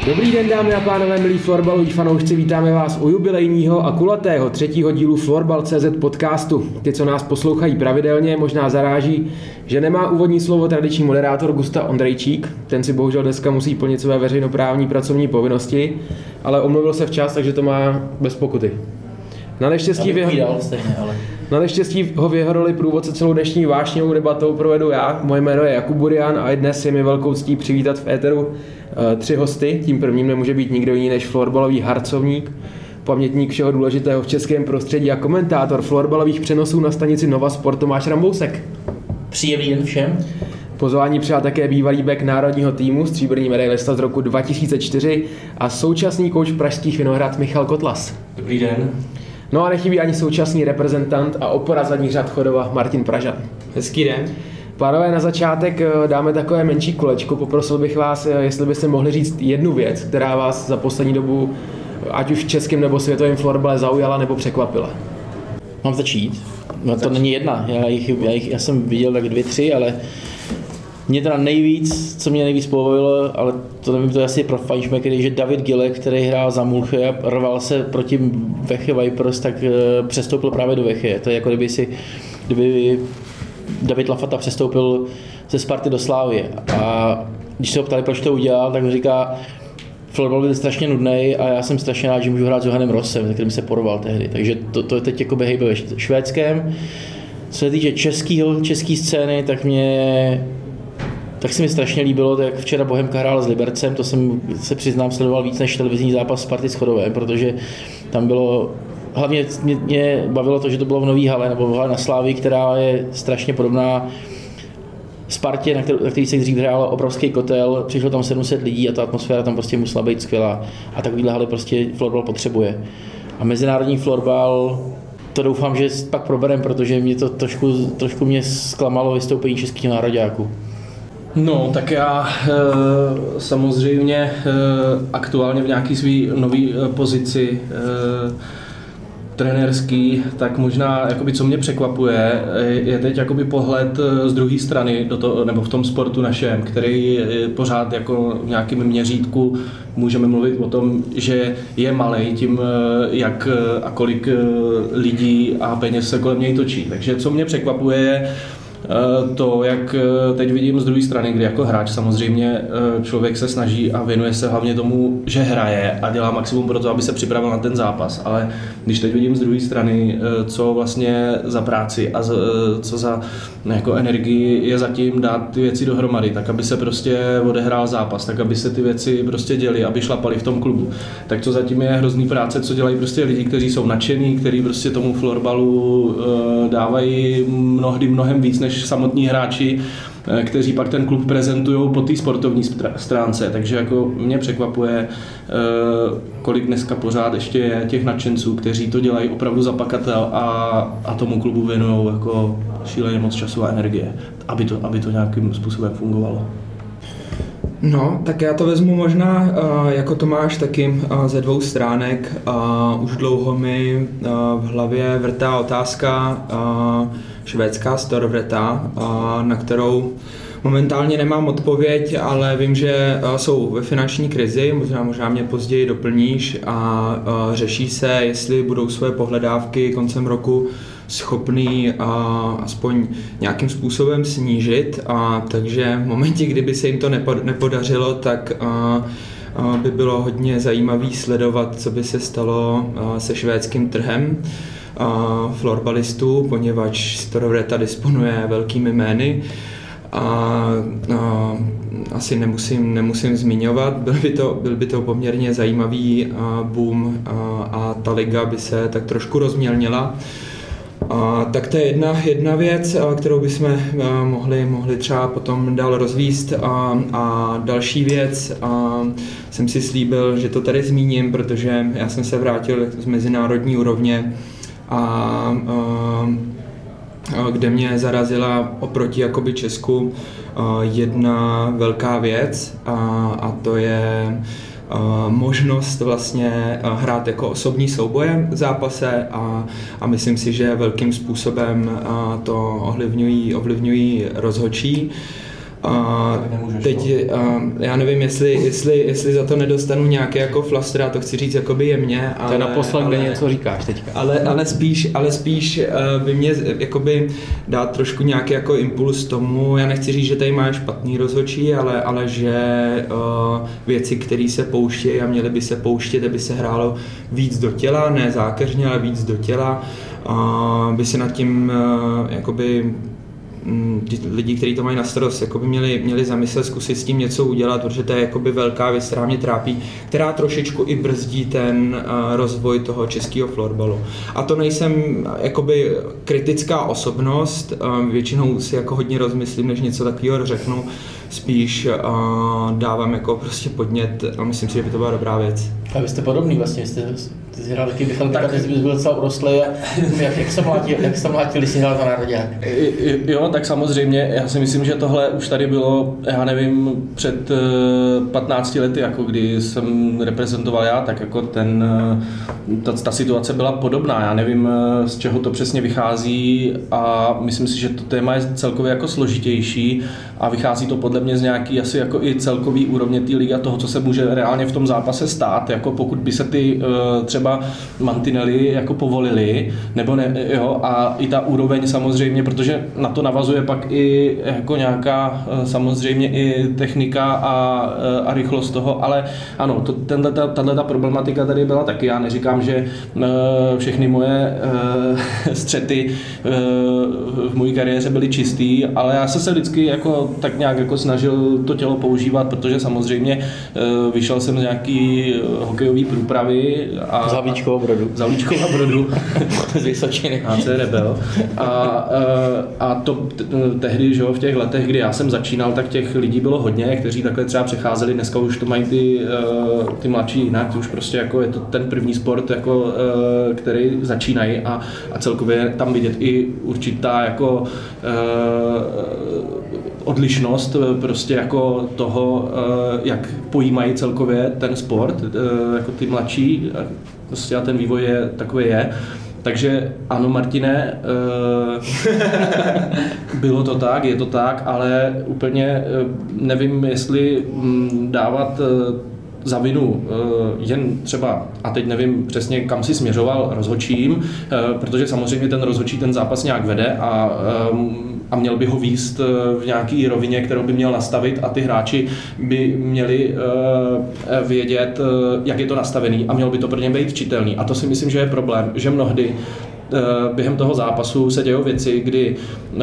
Dobrý den, dámy a pánové, milí florbaloví fanoušci, vítáme vás u jubilejního a kulatého 3. dílu Florbal.cz podcastu. Ty, co nás poslouchají pravidelně, možná zaráží, že nemá úvodní slovo tradiční moderátor Gustav Ondrejčík. Ten si bohužel dneska musí plnit své veřejnoprávní pracovní povinnosti, ale omluvil se včas, takže to má bez pokuty. Na neštěstí ho v jeho roli průvodce celou dnešní vášnivou debatou provedu já. Moje jméno je Jakub Burian a i dnes je mi velkou ctí přivítat v éteru 3 hosty. Tím prvním nemůže být nikdo jiný než florbalový harcovník, pamětník všeho důležitého v českém prostředí a komentátor florbalových přenosů na stanici Nova Sport Tomáš Rambousek. Příjemný den všem. Pozvání přijal také bývalý back národního týmu, stříbrný medailista z roku 2004 a současný kouč pražských Vinohrad Michal Kotlas. Dobrý den. No a nechybí ani současný reprezentant a opora zadních řad Chodova Martin Pražan. Hezký den. Pánové, na začátek dáme takové menší kolečko. Poprosil bych vás, jestli byste mohli říct jednu věc, která vás za poslední dobu, ať už v českém nebo světovém florbale, zaujala nebo překvapila. Mám začít? No to není jedna. Já jsem viděl tak 2, 3, ale mě teda co mě nejvíc pobavilo, ale to nevím, to je asi pro fajnšmekery, že David Gille, který hrál za Mulche a rval se proti Vechě Vipers, tak přestoupil právě do Vechy. To je jako kdyby David Lafata přestoupil ze Sparty do Slávie. A když se ho ptali, proč to udělal, tak říká, florbal byl strašně nudnej a já jsem strašně rád, že můžu hrát s Johannem Rossem, se kterým se porval tehdy. Takže to je teď jako hejbe ve švédském. Co se týče české scény, tak se mi strašně líbilo, jak včera Bohemka hrál s Libercem, to jsem se přiznám sledoval víc než televizní zápas Sparty s Chodovem, protože tam bylo, hlavně mě bavilo to, že to bylo v Nový hale, nebo v hale na Slávii, která je strašně podobná Spartě, na který se dřív hrál obrovský kotel, přišlo tam 700 lidí a ta atmosféra tam prostě musela být skvělá a takovýhle haly prostě florbal potřebuje. A mezinárodní florbal, to doufám, že pak proberem, protože mě to trošku mě zklamalo vystoupení českých nároďáků. No, tak já samozřejmě aktuálně v nějaký svý nový pozici trenérský, tak možná jakoby, co mě překvapuje, je teď jakoby pohled z druhé strany do toho, nebo v tom sportu našem, který pořád jako v nějakém měřítku můžeme mluvit o tom, že je malej tím, jak a kolik lidí a peněz se kolem něj točí. Takže co mě překvapuje je to, jak teď vidím z druhé strany, kdy jako hráč samozřejmě člověk se snaží a věnuje se hlavně tomu, že hraje a dělá maximum pro to, aby se připravil na ten zápas, ale když teď vidím z druhé strany, co vlastně za práci a co za jako energii je zatím dát ty věci dohromady, tak aby se prostě odehrál zápas, tak aby se ty věci prostě děly, aby šlapali v tom klubu. Tak co zatím je hrozný práce, co dělají prostě lidi, kteří jsou nadšení, kteří prostě tomu florbalu dávají mnohdy mnohem víc než samotní hráči, kteří pak ten klub prezentují po té sportovní stránce. Takže jako mě překvapuje, kolik dneska pořád ještě je těch nadšenců, kteří to dělají opravdu za pakatel a tomu klubu věnují jako šíleně moc času a energie, aby to nějakým způsobem fungovalo. No, tak já to vezmu možná jako Tomáš taky ze 2 stránek. Už dlouho mi v hlavě vrtá otázka švédská Storvreta, na kterou momentálně nemám odpověď, ale vím, že jsou ve finanční krizi, možná mě později doplníš a řeší se, jestli budou své pohledávky koncem roku schopný aspoň nějakým způsobem snížit, takže v momentě, kdyby se jim to nepodařilo, tak by bylo hodně zajímavý sledovat, co by se stalo se švédským trhem florbalistů, poněvadž Storvreta disponuje velkými jmény. Asi nemusím zmiňovat, byl by to poměrně zajímavý boom a ta liga by se tak trošku rozmělnila. Tak to je jedna věc, kterou bychom mohli třeba potom dál rozvíst. A další věc, jsem si slíbil, že to tady zmíním, protože já jsem se vrátil z mezinárodní úrovně kde mě zarazila oproti jakoby Česku jedna velká věc a to je možnost vlastně hrát jako osobní souboje v zápase a myslím si, že velkým způsobem to ovlivňují rozhodčí. Teď já nevím, jestli za to nedostanu nějaké jako flaster, já to chci říct jakoby jemně. To je naposled, kde něco říkáš teďka. Ale spíš by mě jakoby dát trošku nějaký jako impuls tomu, já nechci říct, že tady má špatný rozhodčí, ale že věci, které se pouštějí a měly by se pouštět, aby se hrálo víc do těla, ne zákeřně, ale víc do těla, by se nad tím jakoby lidi, kteří to mají na starost, jakoby měli zamyslet, zkusit s tím něco udělat, protože to je jakoby velká věc, která mě trápí, která trošičku i brzdí ten rozvoj toho českého florbalu. A to nejsem jakoby kritická osobnost, většinou si jako hodně rozmyslím, než něco takového řeknu, spíš dávám jako prostě podnět a myslím si, že by to byla dobrá věc. A vy jste podobný vlastně, ty jsi hrál taky Michal Pěka, ty jsi byl docela urostlý a jak se mlátil, když jsi hrál za národňák? Jo, tak samozřejmě, já si myslím, že tohle už tady bylo, já nevím, před 15 lety, jako kdy jsem reprezentoval já, tak jako ta situace byla podobná, já nevím, z čeho to přesně vychází a myslím si, že to téma je celkově jako složitější a vychází to podle mě z nějaký asi jako i celkový úrovně té ligy a toho, co se může reálně v tom zápase stát, jako pokud by se ty třeba mantinely jako povolily, nebo ne, jo, a i ta úroveň samozřejmě, protože na to navazuje pak i jako nějaká samozřejmě i technika a rychlost toho, ale ano, tato problematika tady byla taky, já neříkám, že všechny moje střety v mojí kariéře byly čistý, ale já jsem se vždycky jako tak nějak jako snažil to tělo používat, protože samozřejmě vyšel jsem z nějaký hokejový průpravy a za Havlíčkova Brodu z Vysočiny. AC Rebel. A to tehdy, že jo, v těch letech, kdy já jsem začínal, tak těch lidí bylo hodně, kteří takhle třeba přecházeli. Dneska už to mají ty mladší jinak, už prostě jako je to ten první sport, jako, který začínají a celkově tam vidět i určitá jako odlišnost prostě jako toho, jak pojímají celkově ten sport, jako ty mladší, prostě a ten vývoj je takový je. Takže ano, Martine, bylo to tak, je to tak, ale úplně nevím, jestli dávat za vinu jen třeba, a teď nevím přesně, kam si směřoval rozhodčím, protože samozřejmě ten rozhodčí ten zápas nějak vede a měl by ho vést v nějaký rovině, kterou by měl nastavit a ty hráči by měli vědět, jak je to nastavený a mělo by to pro ně být čitelný. A to si myslím, že je problém, že mnohdy během toho zápasu se dějou věci, kdy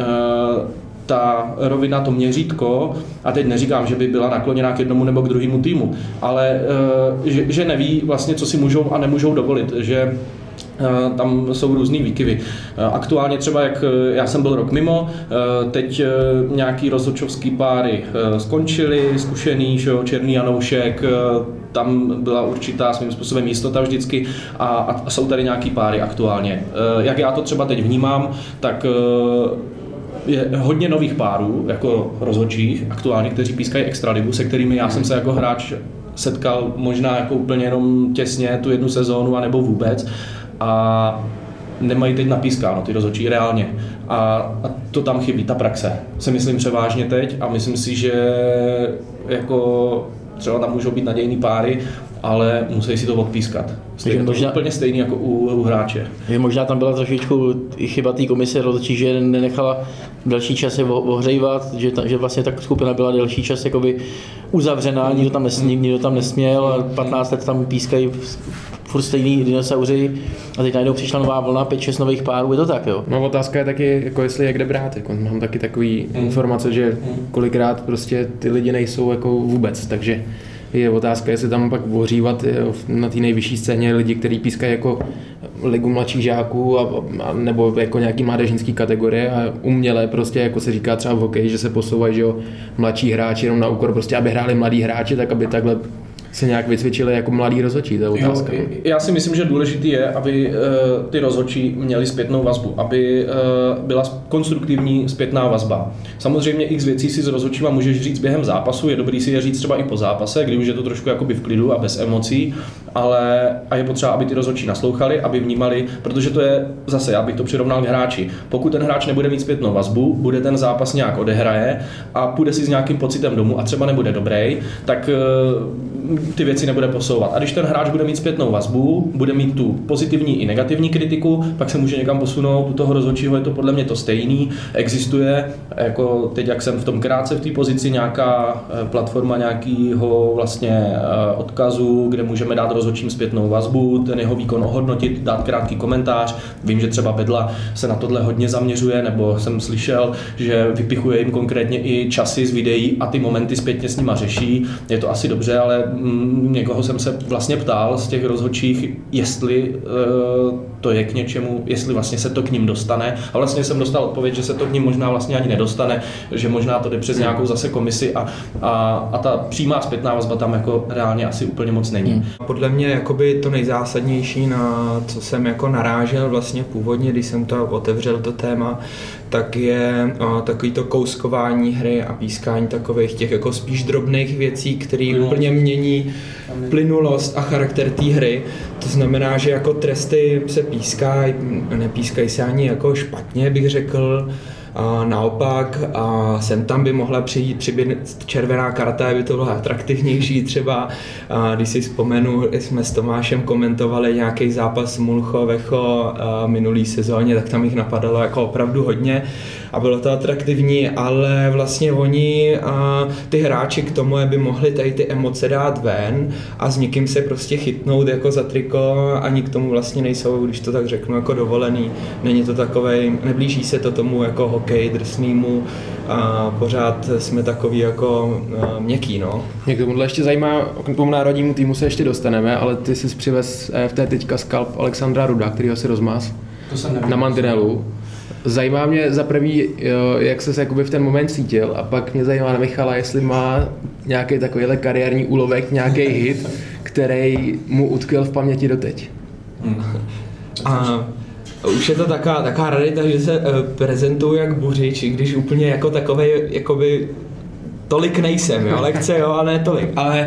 ta rovina, to měřítko, a teď neříkám, že by byla nakloněná k jednomu nebo k druhému týmu, ale že neví vlastně, co si můžou a nemůžou dovolit, že tam jsou různý výkyvy. Aktuálně třeba, jak já jsem byl rok mimo, teď nějaký rozhodčovský páry skončily, zkušený, Černý Janoušek, tam byla určitá svým způsobem jistota vždycky a jsou tady nějaký páry aktuálně. Jak já to třeba teď vnímám, tak je hodně nových párů, jako rozhodčích aktuálně, kteří pískají extraligu, se kterými já jsem se jako hráč setkal možná jako úplně jenom těsně tu jednu sezónu, anebo vůbec. A nemají teď napískáno ty rozhodčí reálně. A to tam chybí, ta praxe. Si myslím převážně teď a myslím si, že jako třeba tam můžou být nadějný páry, ale musí si to odpískat. Je to úplně stejný jako u hráče. Možná tam byla trošičku chyba té komise rozhodčí, že nenechala delší čas je ohřejvat, že vlastně ta skupina byla delší čas jakoby uzavřená, nikdo tam nesměl a 15 let tam pískají furt stejný dinosauři a teď najednou přišla nová vlna, 5-6 nových párů, je to tak, jo? No otázka je taky, jako jestli je kde brát, jako mám taky takový informace, že kolikrát prostě ty lidi nejsou jako vůbec, takže je otázka, jestli tam pak ohřívat na té nejvyšší scéně lidi, kteří pískají jako ligu mladších žáků a nebo jako nějaký mládežnický kategorie a uměle prostě, jako se říká třeba v hokeji, že se posouvají, že jo, mladší hráči jenom na úkor, prostě aby hráli mladí hráči, tak aby takhle se nějak vycvičili jako mladí rozhodčí, to je otázka. Jo, já si myslím, že důležitý je, aby ty rozhodčí měli zpětnou vazbu, aby byla konstruktivní zpětná vazba. Samozřejmě x věcí si s rozhodčíma můžeš říct během zápasu, je dobrý si je říct třeba i po zápase, kdy už je to trošku jakoby v klidu a bez emocí, a je potřeba, aby ty rozhodčí naslouchali, aby vnímali, protože to je zase, já bych to přirovnal k hráči. Pokud ten hráč nebude mít zpětnou vazbu, bude ten zápas nějak odehraje a půjde si s nějakým pocitem domů a třeba nebude dobrý, tak ty věci nebude posouvat. A když ten hráč bude mít zpětnou vazbu, bude mít tu pozitivní i negativní kritiku, pak se může někam posunout, u toho rozhodčího je to podle mě to stejný. Existuje, jako teď, jak jsem v tom krátce v té pozici, nějaká platforma nějakého vlastně odkazu, kde můžeme dát rozhodčím zpětnou vazbu, ten jeho výkon ohodnotit, dát krátký komentář. Vím, že třeba Bedla se na tohle hodně zaměřuje, nebo jsem slyšel, že vypichuje jim konkrétně i časy z videí a ty momenty zpětně s nima řeší. Je to asi dobře, ale někoho jsem se vlastně ptal z těch rozhodčích, jestli to je k něčemu, jestli vlastně se to k ním dostane. A vlastně jsem dostal odpověď, že se to k ním možná vlastně ani nedostane, že možná to jde přes nějakou zase komisi a ta přímá zpětná vazba tam jako reálně asi úplně moc není. Podle mě jakoby to nejzásadnější, na co jsem jako narážel vlastně původně, když jsem to otevřel to téma, tak je takový to kouskování hry a pískání takových těch jako spíš drobných věcí, které úplně mění plynulost a charakter té hry. To znamená, že jako tresty se pískají, nepískají se ani jako špatně, bych řekl. A naopak sem tam by mohla přibět červená karta, aby to bylo atraktivnější třeba. Když si vzpomenu, jsme s Tomášem komentovali nějaký zápas Mulcho-Vecho minulý sezóně, tak tam jich napadalo jako opravdu hodně a bylo to atraktivní, ale vlastně oni, ty hráči k tomu, aby mohli tady ty emoce dát ven a s někým se prostě chytnout jako za triko, ani k tomu vlastně nejsou, když to tak řeknu, jako dovolený. Není to takovej, neblíží se to tomu jako hokej drsnýmu a pořád jsme takový jako měkký, no. Mě k tomuhle ještě zajímá, k tomu národnímu týmu se ještě dostaneme, ale ty jsi přivez EFT teďka skalp Alexandra Ruda, kterýho si rozmáz na mantinelu. Zajímá mě za první, jak ses jakoby v ten moment cítil, a pak mě zajímá na Michala, jestli má nějaký takovýhle kariérní úlovek, nějaký hit, který mu utkvěl v paměti doteď. A už je to taková rarita, že se prezentuju jak Buřič, i když úplně jako takovej, jakoby tolik nejsem, jo, lekce jo, ale ne tolik, ale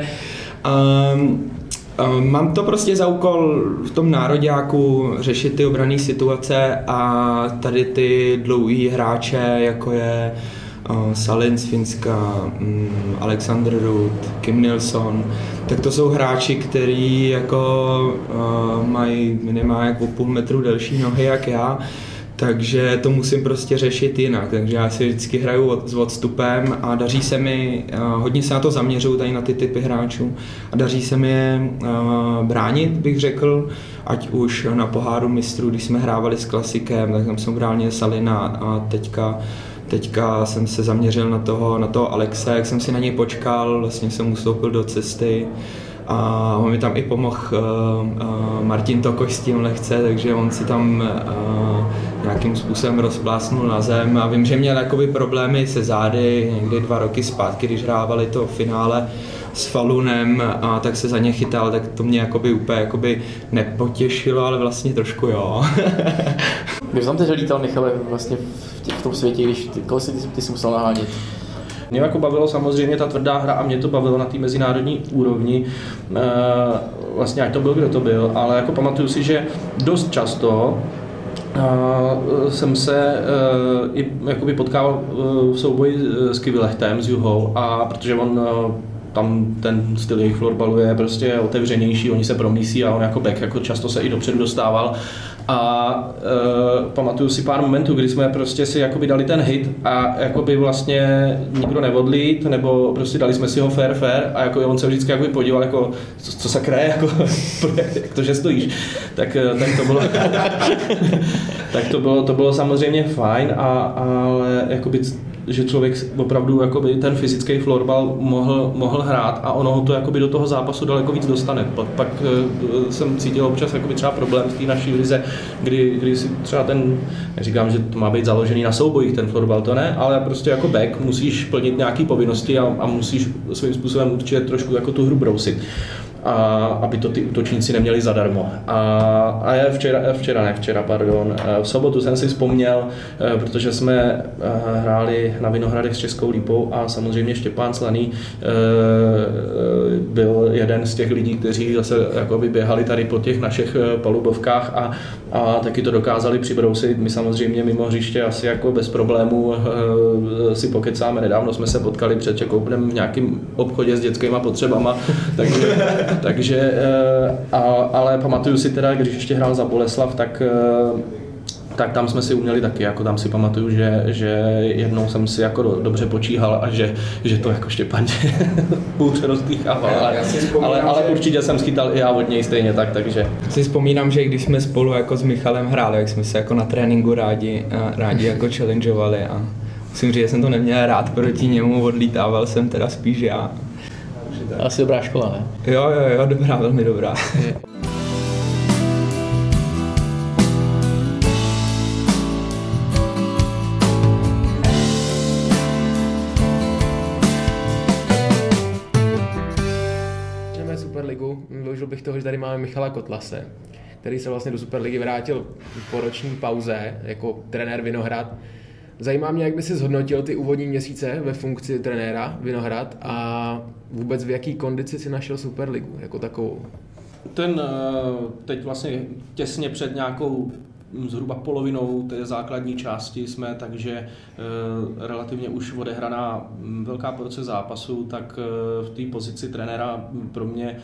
mám to prostě za úkol v tom nároďáku řešit ty obranné situace a tady ty dlouhý hráče, jako je Salin z Finska, Alexander Rudd, Kim Nilsson, tak to jsou hráči, kteří jako mají minimálně jako půl metru delší nohy jak já, takže to musím prostě řešit jinak, takže já si vždycky hraju s odstupem a daří se mi, hodně se na to zaměřuju tady na ty typy hráčů a daří se mi je bránit, bych řekl, ať už na poháru mistrů, když jsme hrávali s Klasikem, tak tam jsem bránil Salina a teďka jsem se zaměřil na toho Alexe, jak jsem si na něj počkal, vlastně jsem ustoupil do cesty a on mi tam i pomohl Martin Tokoš s tím lehce, takže on si tam nějakým způsobem rozplásnul na zem a vím, že měl jakoby problémy se zády někdy 2 roky zpátky, když hrávali to finále s Falunem a tak se za ně chytal, tak to mě jakoby úplně jakoby nepotěšilo, ale vlastně trošku jo. Když tam teď lítal, Michale, vlastně v tom světě, když koho ty si musel nahánět? Mě jako bavilo samozřejmě ta tvrdá hra a mě to bavilo na té mezinárodní úrovni, vlastně ať to byl, kdo to byl, ale jako pamatuju si, že dost často jsem se i jakoby potkával v souboji s Kivylechtem, s Juhou, a protože on tam ten styl jejich florbalu je prostě otevřenější, oni se promísí a on jako back jako často se i dopředu dostával. A pamatuju si pár momentů, kdy jsme prostě si jakoby dali ten hit a jakoby vlastně nikdo neodlít, nebo prostě dali jsme si ho fair a jako on se vždycky jakoby podíval jako co se kraje, jako jak to, že stojíš. Tak to bylo samozřejmě fajn, ale jakoby že člověk opravdu jakoby ten fyzický florbal mohl hrát a ono to jakoby do toho zápasu daleko víc dostane. Pak jsem cítil občas jakoby třeba problém v té naší lize, kdy si třeba ten, neříkám, že to má být založený na soubojích ten florbal, to ne, ale prostě jako back musíš plnit nějaké povinnosti a musíš svým způsobem určitě trošku jako tu hru brousit. aby to ty útočníci neměli zadarmo. A v sobotu jsem si vzpomněl, protože jsme hráli na Vinohradech s Českou Lípou a samozřejmě Štěpán Slaný byl jeden z těch lidí, kteří zase jakoby běhali tady po těch našich palubovkách a taky to dokázali přibrousit. My samozřejmě mimo hřiště asi jako bez problémů si pokecáme. Nedávno jsme se potkali před Čekoupnem v nějakém obchodě s dětskýma potřebama, ale pamatuju si teda, když ještě hrál za Boleslav, tak tam jsme si uměli taky, jako tam si pamatuju, že jednou jsem si jako dobře počíhal a že to jako Štěpán hůř rozdýchával, ale určitě jsem schytal i já od něj stejně tak, takže. Si vzpomínám, že když jsme spolu jako s Michalem hráli, jak jsme se jako na tréninku rádi jako challengeovali a musím říct, že jsem to neměl rád proti němu, odlítával jsem teda spíš já. Asi dobrá škola, ne? Jo, dobrá, velmi dobrá. Superligu, využil bych toho, že tady máme Michala Kotlase, který se vlastně do Superligy vrátil po roční pauze jako trenér Vinohrad. Zajímá mě, jak by si zhodnotil ty úvodní měsíce ve funkci trenéra Vinohrad a vůbec v jaký kondici si našel Superligu jako takovou? Teď vlastně těsně před nějakou zhruba polovinou té základní části jsme, takže relativně už odehraná velká porce zápasů, tak v té pozici trenéra pro mě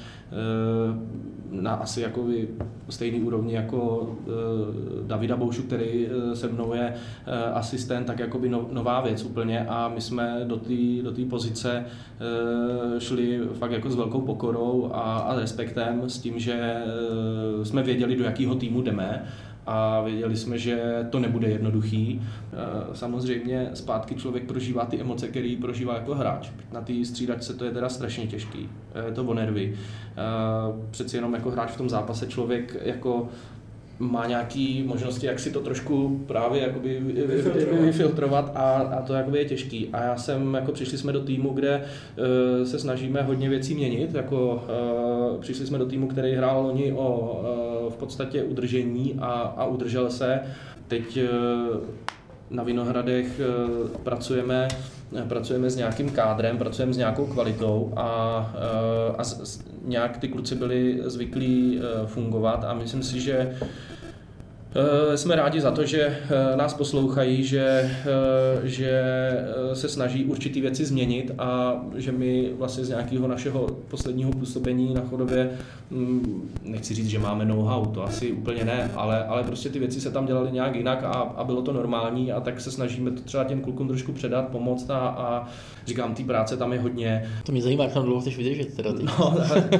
na asi jako stejný úrovni jako Davida Boušu, který se mnou je asistent, tak jakoby nová věc úplně a my jsme do té pozice šli fakt jako s velkou pokorou a respektem s tím, že jsme věděli, do jakého týmu jdeme. A věděli jsme, že to nebude jednoduchý. Samozřejmě zpátky člověk prožívá ty emoce, které prožívá jako hráč. Na té střídačce to je teda strašně těžký. Je to o nervy. Přeci jenom jako hráč v tom zápase člověk jako má nějaké možnosti, jak si to trošku právě jakoby vyfiltrovat a to jakoby je těžký. A přišli jsme do týmu, kde se snažíme hodně věcí měnit. Přišli jsme do týmu, který hrál loni o v podstatě udržení a udržel se. Teď na Vinohradech pracujeme s nějakým kádrem, pracujeme s nějakou kvalitou a nějak ty kluci byli zvyklí fungovat a myslím si, že jsme rádi za to, že nás poslouchají, že se snaží určitý věci změnit a že my vlastně z nějakého našeho posledního působení na Chodově, nechci říct, že máme know-how, to asi úplně ne, ale prostě ty věci se tam dělaly nějak jinak a bylo to normální a tak se snažíme to třeba těm klukům trošku předat, pomoct a říkám, té práce tam je hodně. To mě zajímá, jak tam dlouho chceš vydržet teda ty. No,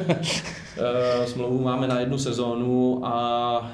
smlouvu máme na 1 sezónu a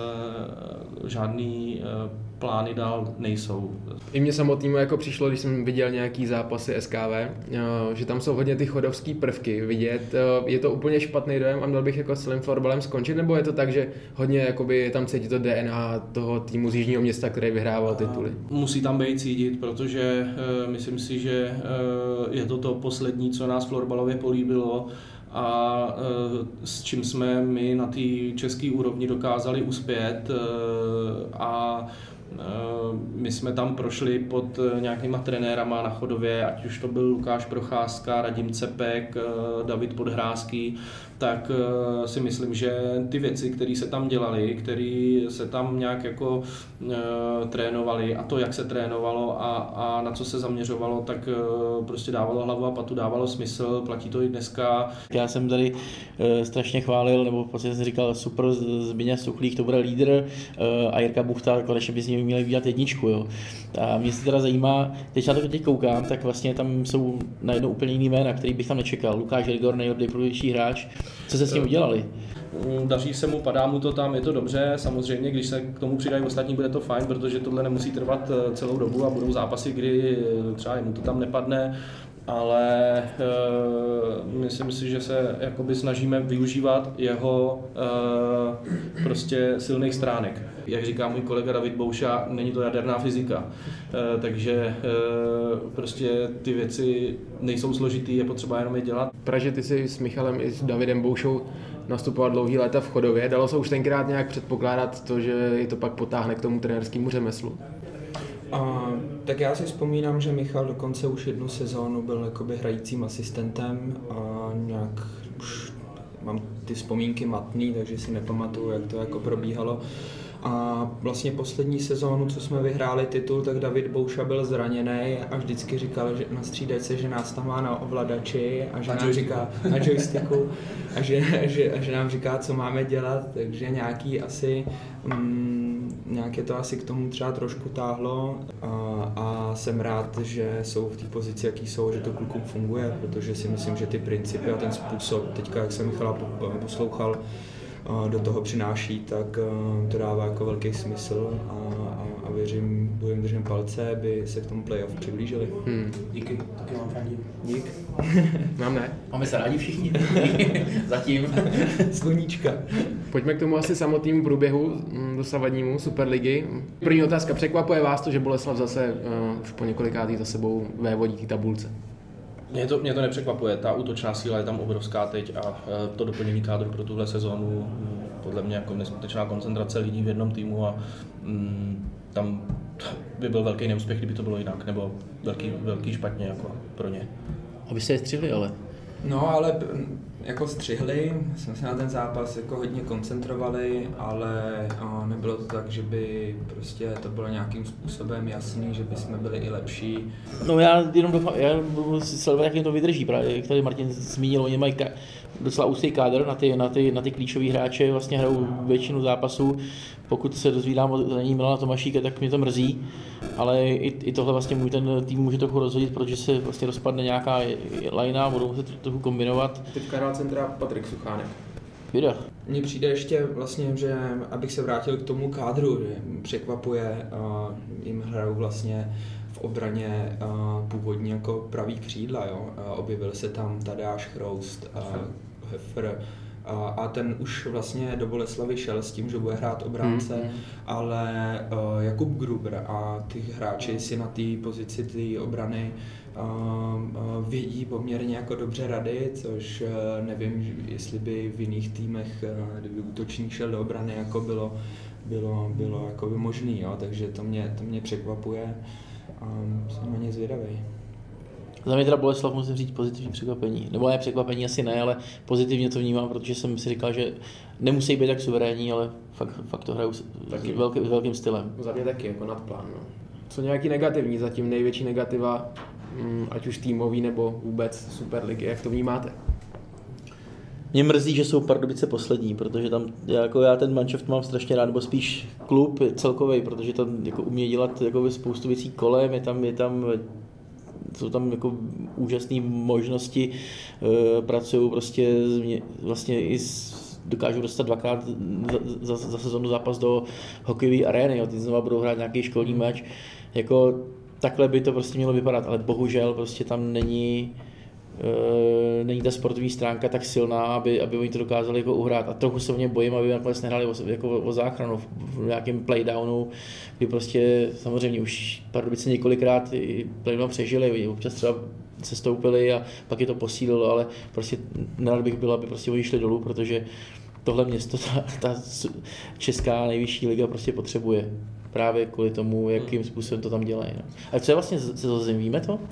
žádný plány dál nejsou. I mě samotnému jako přišlo, když jsem viděl nějaký zápasy SKV, že tam jsou hodně ty chodovský prvky vidět. Je to úplně špatný dojem a měl bych jako s celým florbalem skončit, nebo je to tak, že hodně jakoby je tam cítit to DNA toho týmu z Jižního Města, který vyhrával tituly? Musí tam být cítit, protože myslím si, že je to poslední, co nás florbalově políbilo a s čím jsme my na té české úrovni dokázali uspět a my jsme tam prošli pod nějakýma trenérama na Chodově, ať už to byl Lukáš Procházka, Radim Cepek, David Podhrázký, tak si myslím, že ty věci, které se tam dělaly, které se tam nějak jako trénovaly a to, jak se trénovalo a na co se zaměřovalo, tak prostě dávalo hlavu a patu, dávalo smysl, platí to i dneska. Já jsem tady strašně chválil, nebo v podstatě jsem říkal, super, Zbyněk Stuchlík, to bude lídr a Jirka Buchta, konečně by z něj měli vydat 1, jo. A mě se teda zajímá, teď na to teď koukám, tak vlastně tam jsou najednou úplně jiný jména, který bych tam nečekal. Lukáš Rigor, nejlepší hráč. Co se s tím udělali? Daří se mu, padá mu to tam, je to dobře, samozřejmě, když se k tomu přidají ostatní, bude to fajn, protože tohle nemusí trvat celou dobu a budou zápasy, kdy třeba mu to tam nepadne, ale myslím si, že se jakoby snažíme využívat jeho prostě silných stránek. Jak říká můj kolega David Bouša, není to jaderná fyzika. Takže prostě ty věci nejsou složitý, je potřeba jenom je dělat. Praže, ty si s Michalem i s Davidem Boušou nastupoval dlouhý léta v Chodově. Dalo se už tenkrát nějak předpokládat to, že je to pak potáhne k tomu trenérskému řemeslu? Tak já si vzpomínám, že Michal dokonce už jednu sezónu byl jakoby hrajícím asistentem a nějak už mám ty vzpomínky matný, takže si nepamatuju, jak to jako probíhalo. A vlastně poslední sezónu, co jsme vyhráli titul, tak David Bouša byl zraněný a vždycky říkal, že na střídačce, že nás tam má na ovladači a že nám říká na joysticku a že nám říká, co máme dělat, takže nějaké to asi k tomu třeba trošku táhlo a jsem rád, že jsou v té pozici, jaký jsou, že to klukům funguje, protože si myslím, že ty principy a ten způsob, teďka jak jsem Michala poslouchal, do toho přináší, tak to dává jako velký smysl a věřím, budeme držet palce, aby se k tomu playoff přiblížili. Díky, taky vám rádi. Dík. Mám ne? Máme se rádi všichni. Zatím. Sluníčka. Pojďme k tomu asi samotnému průběhu dosavadnímu Superligy. První otázka, překvapuje vás to, že Boleslav zase už po několikátý za sebou vévodí té tabulce? Mě to nepřekvapuje, ta útočná síla je tam obrovská teď a to doplnění kádru pro tuhle sezónu podle mě jako neskutečná koncentrace lidí v jednom týmu a tam by byl velký neúspěch, kdyby to bylo jinak, nebo velký špatně jako pro ně. Aby se je střihli, ale. No, ale jako střihli, jsme se na ten zápas jako hodně koncentrovali, ale nebylo to tak, že by prostě to bylo nějakým způsobem jasný, že by jsme byli i lepší. No já jenom doufám, já budu si sledovat, jak jim to vydrží, právě jak tady Martin zmínil, oni mají docela úzký kádr na ty klíčový hráče, vlastně hrajou většinu zápasů. Pokud se dozvídám o zranění Milana Tomášíka, tak mě to mrzí, ale i tohle vlastně můj ten tým může trochu rozhodit, protože se vlastně rozpadne nějaká lajna, budou muset trochu kombinovat. Teďka hrál centra Patrik Suchánek. Věda. Mně přijde ještě vlastně, že abych se vrátil k tomu kádru, že překvapuje, jim hrajou vlastně v obraně původně jako pravý křídla, jo. Objevil se tam Tadeáš Chroust, Heffer, a ten už vlastně do Boleslavy šel s tím, že bude hrát obránce, ale Jakub Gruber a ty hráči si na té pozici té obrany vědí poměrně jako dobře rady, což nevím, jestli by v jiných týmech, kdyby útočník šel do obrany, jako bylo jako by možný, jo? Takže to mě překvapuje a jsem na ně zvědavý. Za mě teda Boleslav musím říct pozitivní překvapení. Nebo ne překvapení asi ne, ale pozitivně to vnímám, protože jsem si říkal, že nemusí být tak suverénní, ale fakt to hrajou s velkým stylem. Za mě taky, jako nadplán. No. Co nějaký negativní, zatím největší negativa, ať už týmový nebo vůbec Superligy, jak to vnímáte? Mě mrzí, že jsou Pardubice poslední, protože tam já ten manšaft mám strašně rád, nebo spíš klub celkovej, protože tam jako umí dělat jako spoustu věcí kolem, jsou tam jako úžasné možnosti, pracují prostě vlastně i dokážou dostat dvakrát za sezonu zápas do hokejové arény, jo. Teď znovu budou hrát nějaký školní meč, jako takhle by to prostě mělo vypadat, ale bohužel prostě tam není ta sportovní stránka tak silná, aby oni to dokázali jako uhrát a trochu se o ně bojím, aby nakonec nehráli o záchranu v nějakém playdownu, kdy prostě samozřejmě už Pardubice několikrát playdownu přežili, občas třeba se stoupili a pak je to posílilo, ale prostě nerad bych byl, aby prostě oni šli dolů, protože tohle město ta česká nejvyšší liga prostě potřebuje. Právě kvůli tomu, jakým způsobem to tam dělají. No. A co je vlastně se zim, víme to?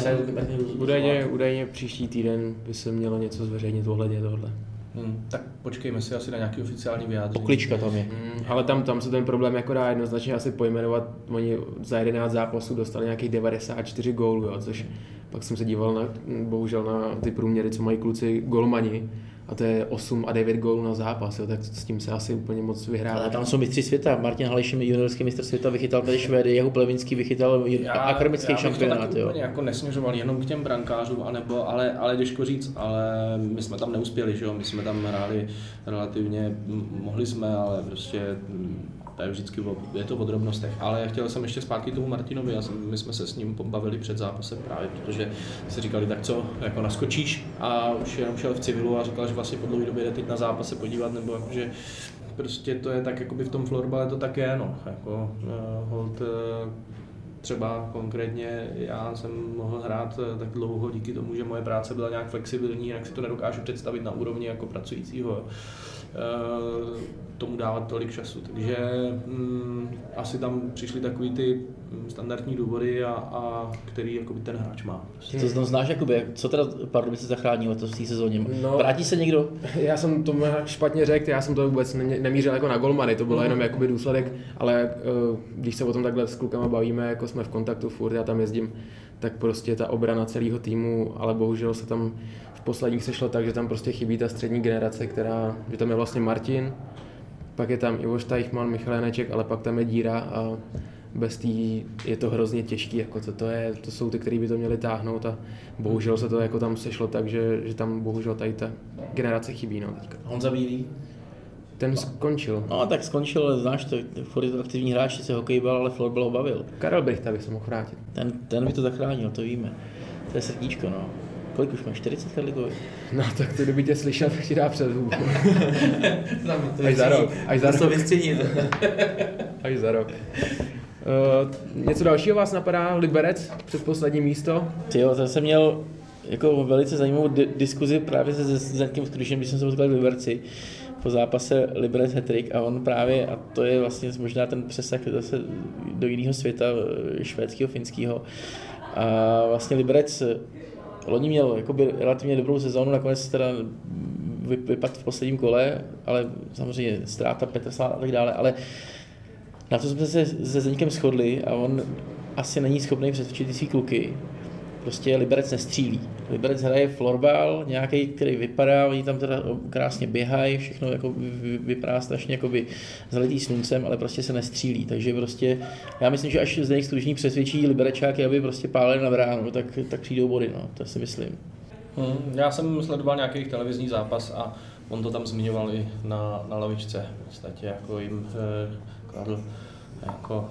Údajně příští týden by se mělo něco zveřejnit ohledně tohle. Tak počkejme si asi na nějaký oficiální vyjádření. Poklička tam je. Ale tam se ten problém jako dá jednoznačně asi pojmenovat. Oni za 11 zápasů dostali nějakých 94 gólů, jo, což pak jsem se díval bohužel na ty průměry, co mají kluci golmani. A to je 8 a 9 gólů na zápas, jo, tak s tím se asi úplně moc vyhrává. Ale tam jsou mistři světa. Martin Haleš, juniorský mistr světa, vychytal tady Švédy, Jakub Levinský vychytal akademický šampionát. Já bych jako nesměřoval jenom k těm brankářům, ale těžko říct, ale my jsme tam neuspěli, že jo? My jsme tam hráli relativně, mohli jsme, ale prostě to je vždycky je to o drobnostech. Ale chtěl jsem ještě zpátky k tomu Martinovi, my jsme se s ním pobavili před zápasem právě, protože si říkali, tak co, jako naskočíš a už jenom šel v civilu a říkal, že vlastně po dlouhé době jde teď na zápas se podívat, nebo jakože prostě to je tak, jakoby v tom florbale to tak je, no. Jako, hold, třeba konkrétně já jsem mohl hrát tak dlouho díky tomu, že moje práce byla nějak flexibilní, jinak si to nedokážu představit na úrovni jako pracujícího. Tomu dávat tolik času, takže asi tam přišly takový ty standardní důvody, a který jakoby ten hráč má. Prostě. To tam znáš, jakoby, co teda Pardubice zachrání letos v té sezóně? No, vrátí se někdo? Já jsem to špatně řekl, já jsem to vůbec nemířil jako na golmany, to bylo jenom jakoby důsledek, ale když se o tom takhle s klukama bavíme, jako jsme v kontaktu furt, já tam jezdím, tak prostě ta obrana celého týmu, ale bohužel se tam v posledních sešlo tak, že tam prostě chybí ta střední generace, že tam je vlastně Martin, pak je tam Ivo Steichmann, Michal Janeček, ale pak tam je díra a bez tý je to hrozně těžký, jako to jsou ty, kteří by to měli táhnout a bohužel se to jako tam sešlo tak, že tam bohužel tady ta generace chybí, no teďka. Honza Bílý? Ten skončil. No tak skončil, znáš to, furt je to aktivní hráč, se hokejbal, ale florbal ho bavil. Karel Brichta by se mohl vrátit. Ten by to zachránil, to víme. To je srdíčko, no. Kolik už máš? 40 karlikových? No tak to, kdyby tě slyšel, tak ti dá před hubu. Až za rok. Až za rok. Něco dalšího vás napadá? Liberec, předposlední místo? Jo, to jsem měl jako velice zajímavou diskuzi právě se Zdenkem Skrušem, když jsem se potkal v Liberci po zápase Liberec hat-trick a on právě, a to je vlastně možná ten přesah zase do jiného světa, švédského, finského, a vlastně Liberec loni měl jakoby relativně dobrou sezónu, nakonec teda vypadl v posledním kole, ale samozřejmě ztráta Petrsa a tak dále, ale na to jsme se Zdeňkem shodli a on asi není schopný přesvědčit ty svý kluky. Prostě Liberec nestřílí. Liberec hraje florbal, nějaký, který vypadá, oni tam teda krásně běhají, všechno jako vypadá strašně jakoby zalitý sluncem, ale prostě se nestřílí. Takže prostě já myslím, že až Zdeněk Stružný přesvědčí Liberečáky, aby prostě pálili na bránu, tak přijdou body, no, to si myslím. Já jsem sledoval nějaký televizní zápas a on to tam zmiňoval i na lavičce. V podstatě jako jim kladl jako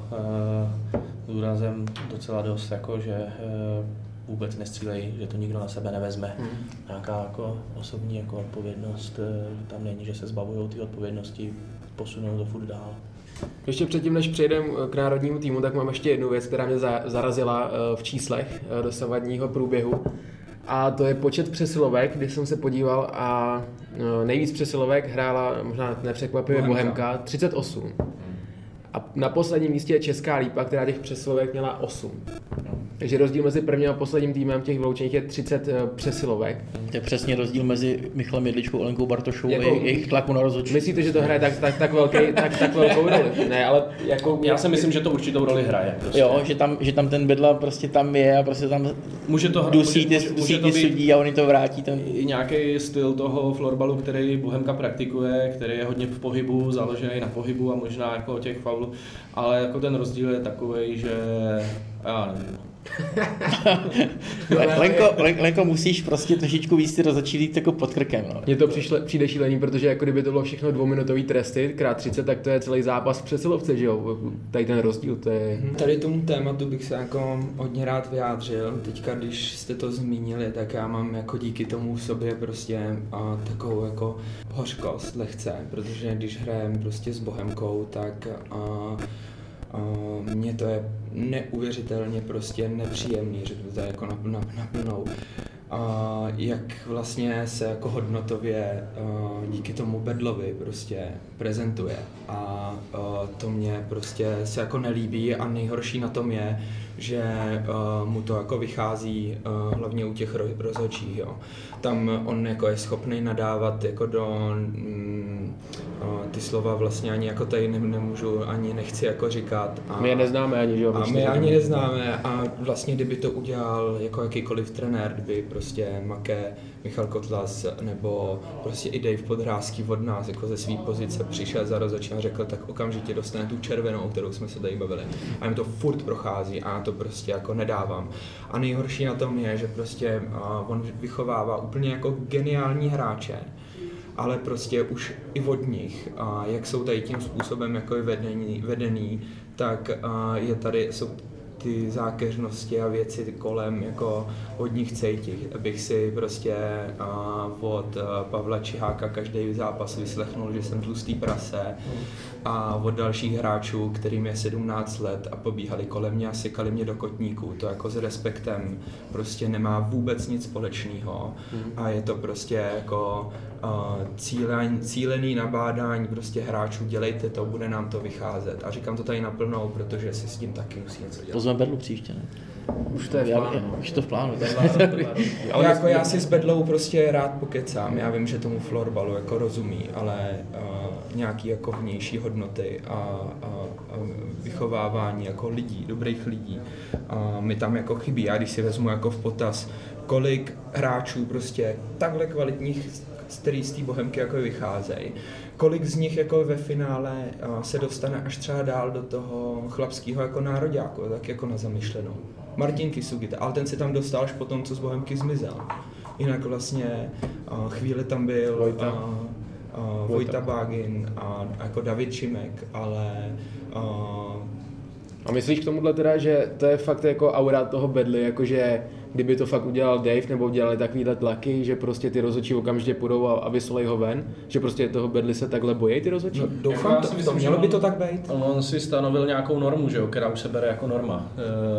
důrazem docela dost, jako že vůbec nestřílejí, že to nikdo na sebe nevezme. Nějaká jako osobní jako odpovědnost tam není, že se zbavují ty odpovědnosti, posunou to furt dál. Ještě předtím, než přejdeme k národnímu týmu, tak mám ještě jednu věc, která mě zarazila v číslech dosavadního průběhu. A to je počet přesilovek, kdy jsem se podíval a nejvíc přesilovek hrála, možná nepřekvapivě, Bohemka, 38. A na posledním místě je Česká Lípa, která těch přesilovek měla 8. Takže rozdíl mezi prvním a posledním týmem těch vyloučených je 30 přesilovek. To je přesně rozdíl mezi Michalem Jedličkou, Alenkou Bartošovou a jejich tlaku na rozhodčí. Myslíte, že to hraje tak velkou roli? Ne, ale jako... Já si myslím, že to určitou roli hraje. Prostě. Jo, že tam ten Bedla prostě tam je a prostě tam dusí ty sudí a oni to vrátí. I nějaký styl toho florbalu, který Bohemka praktikuje, který je hodně v pohybu, založený na pohybu a možná jako těch faulů, ale jako ten rozdíl je takovej, že já nevím. Lenko, musíš prostě trošičku víc si rozhodčí jako pod krkem. No. Mně to přijde šílený, protože jako kdyby to bylo všechno 2minutový tresty, krát 30, tak to je celý zápas v přesilovce, že jo? Tady ten rozdíl, to je... Tady tomu tématu bych se jako hodně rád vyjádřil. Teďka, když jste to zmínili, tak já mám jako díky tomu v sobě prostě takovou jako hořkost lehce, protože když hrajeme prostě s Bohemkou, tak mně to je neuvěřitelně prostě nepříjemný, řeknu to jako naplnou. Jak vlastně se jako hodnotově díky tomu Bedlovi prostě prezentuje a to mě prostě se jako nelíbí a nejhorší na tom je, že mu to jako vychází hlavně u těch rozhodčích, jo. Tam on jako je schopný nadávat jako do ty slova vlastně ani jako tady nemůžu, ani nechci jako říkat. My je neznáme ani, že jo? A my ani neznáme a vlastně kdyby to udělal jako jakýkoliv trenér, kdyby prostě Make, Michal Kotlas nebo prostě i Dave Podhrázký od nás jako ze své pozice přišel za rozhodčím a řekl, tak okamžitě dostane tu červenou, o kterou jsme se tady bavili. A jim to furt prochází a já to prostě jako nedávám. A nejhorší na tom je, že prostě on vychovává úplně jako geniální hráče, ale prostě už i od nich, jak jsou tady tím způsobem jako vedený, tak jsou ty zákeřnosti a věci kolem jako od nich cítit, abych si prostě od Pavla Čiháka každý zápas vyslechnul, že jsem tlustý prase a od dalších hráčů, kterým je 17 let a pobíhali kolem mě a sykali mě do kotníků. To jako s respektem prostě nemá vůbec nic společného a je to prostě jako cílený nabádání prostě hráčů, dělejte to, bude nám to vycházet. A říkám to tady naplnou, protože si s tím taky musí něco dělat. Pozveme Bedlu příště, ne? Už to je v plánu. Už to v plánu. Ale jako já si s Bedlou prostě rád pokecám. Já vím, že tomu florbalu jako rozumí, ale nějaký jako vnější hodnoty a vychovávání jako lidí, dobrých lidí mi tam jako chybí. Já když si vezmu jako v potaz, kolik hráčů prostě takhle kvalitních, který z té Bohemky jako vycházejí, kolik z nich jako ve finále se dostane až třeba dál do toho chlapského jako nároďáku, tak jako na zamyšlenou. Martin Kisugita, ale ten se tam dostal až po tom, co z Bohemky zmizel. Jinak vlastně chvíli tam byl Vojta Bágin a jako David Šimek, ale a myslíš k tomuhle teda, že to je fakt jako aura toho Bedly, jakože kdyby to fakt udělal Dave nebo udělali takovýhle tlaky, že prostě ty rozhodčí okamžitě půjdou a vysolej ho ven, že prostě toho Bedly se takhle bojí ty rozhodčí? No, doufám, to mělo by to tak být. On si stanovil nějakou normu, že jo, která už se bere jako norma.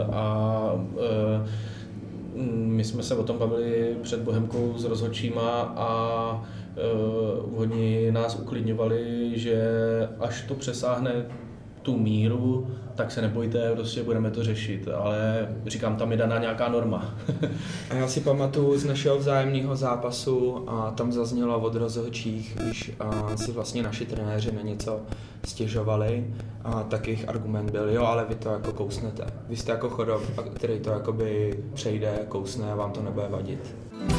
My jsme se o tom bavili před Bohemkou s rozhodčíma a oni nás uklidňovali, že až to přesáhne tu míru, tak se nebojte, prostě budeme to řešit, ale říkám, tam je daná nějaká norma. A já si pamatuju z našeho vzájemného zápasu a tam zaznělo od rozhodčích, když si vlastně naši trenéři na něco stěžovali, tak jejich argument byl, jo, ale vy to jako kousnete. Vy jste jako chodov, který to jakoby přejde, kousne a vám to nebude vadit.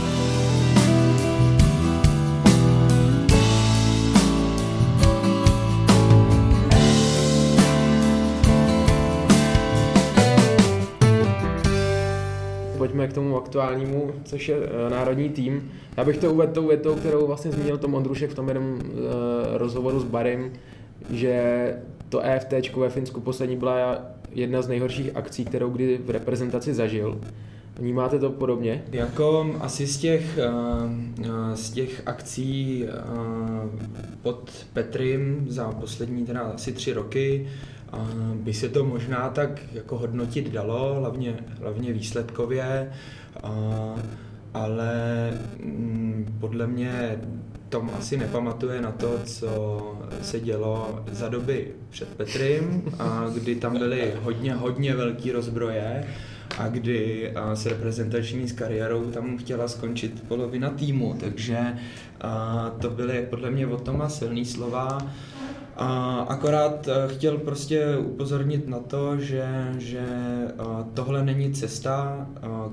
Pojďme k tomu aktuálnímu, což je národní tým. Já bych to uvedl tou větou, kterou vlastně zmínil Tom Ondrušek v tom jednom rozhovoru s Barym, že to EFTčko ve Finsku poslední byla jedna z nejhorších akcí, kterou kdy v reprezentaci zažil. Vnímáte to podobně? Jako asi z těch akcí pod Petrym za poslední teda asi 3 roky by se to možná tak jako hodnotit dalo, hlavně výsledkově, ale podle mě Tom asi nepamatuje na to, co se dělo za doby před Petrym, kdy tam byly hodně velký rozbroje a kdy s reprezentační s kariérou tam chtěla skončit polovina týmu, takže to byly podle mě od Toma silný slova. Akorát chtěl prostě upozornit na to, že tohle není cesta,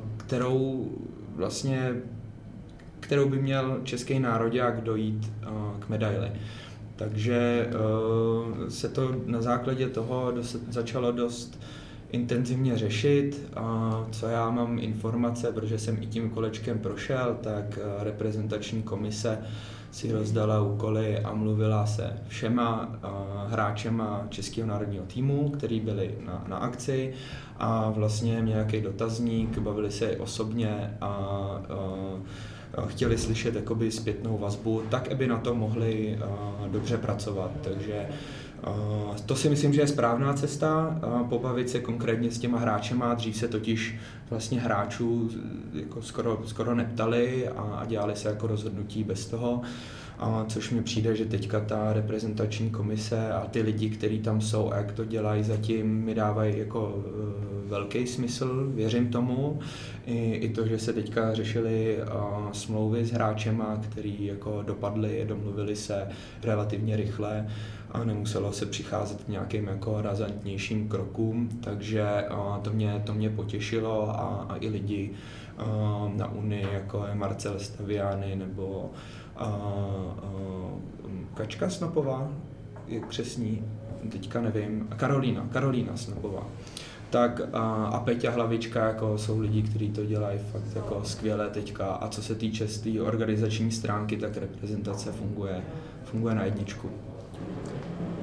kterou by měl český nároďák dojít k medaili. Takže se to na základě toho začalo dost intenzivně řešit. Co já mám informace, protože jsem i tím kolečkem prošel, tak reprezentační komise si rozdala úkoly a mluvila se všema hráčema českého národního týmu, který byli na akci a vlastně nějaký dotazník, bavili se osobně a chtěli slyšet jakoby zpětnou vazbu, tak aby na to mohli dobře pracovat. Takže to si myslím, že je správná cesta, pobavit se konkrétně s těma hráčema, dřív se totiž vlastně hráčů jako skoro neptali a dělali se jako rozhodnutí bez toho, což mi přijde, že teďka ta reprezentační komise a ty lidi, kteří tam jsou a jak to dělají zatím, mi dávají jako velký smysl, věřím tomu. I to, že se teďka řešily smlouvy s hráčema, který jako dopadly, domluvili se relativně rychle a nemuselo se přicházet k nějakým jako razantnějším krokům, takže to mě potěšilo a i lidi na Unii, jako je Marcel Staviani nebo Kačka Snopová, je křesní, teďka nevím, Karolína Snopová. Tak a Peťa Hlavička jako jsou lidi, kteří to dělají fakt jako skvěle teďka a co se týče z té organizační stránky, tak reprezentace funguje na jedničku.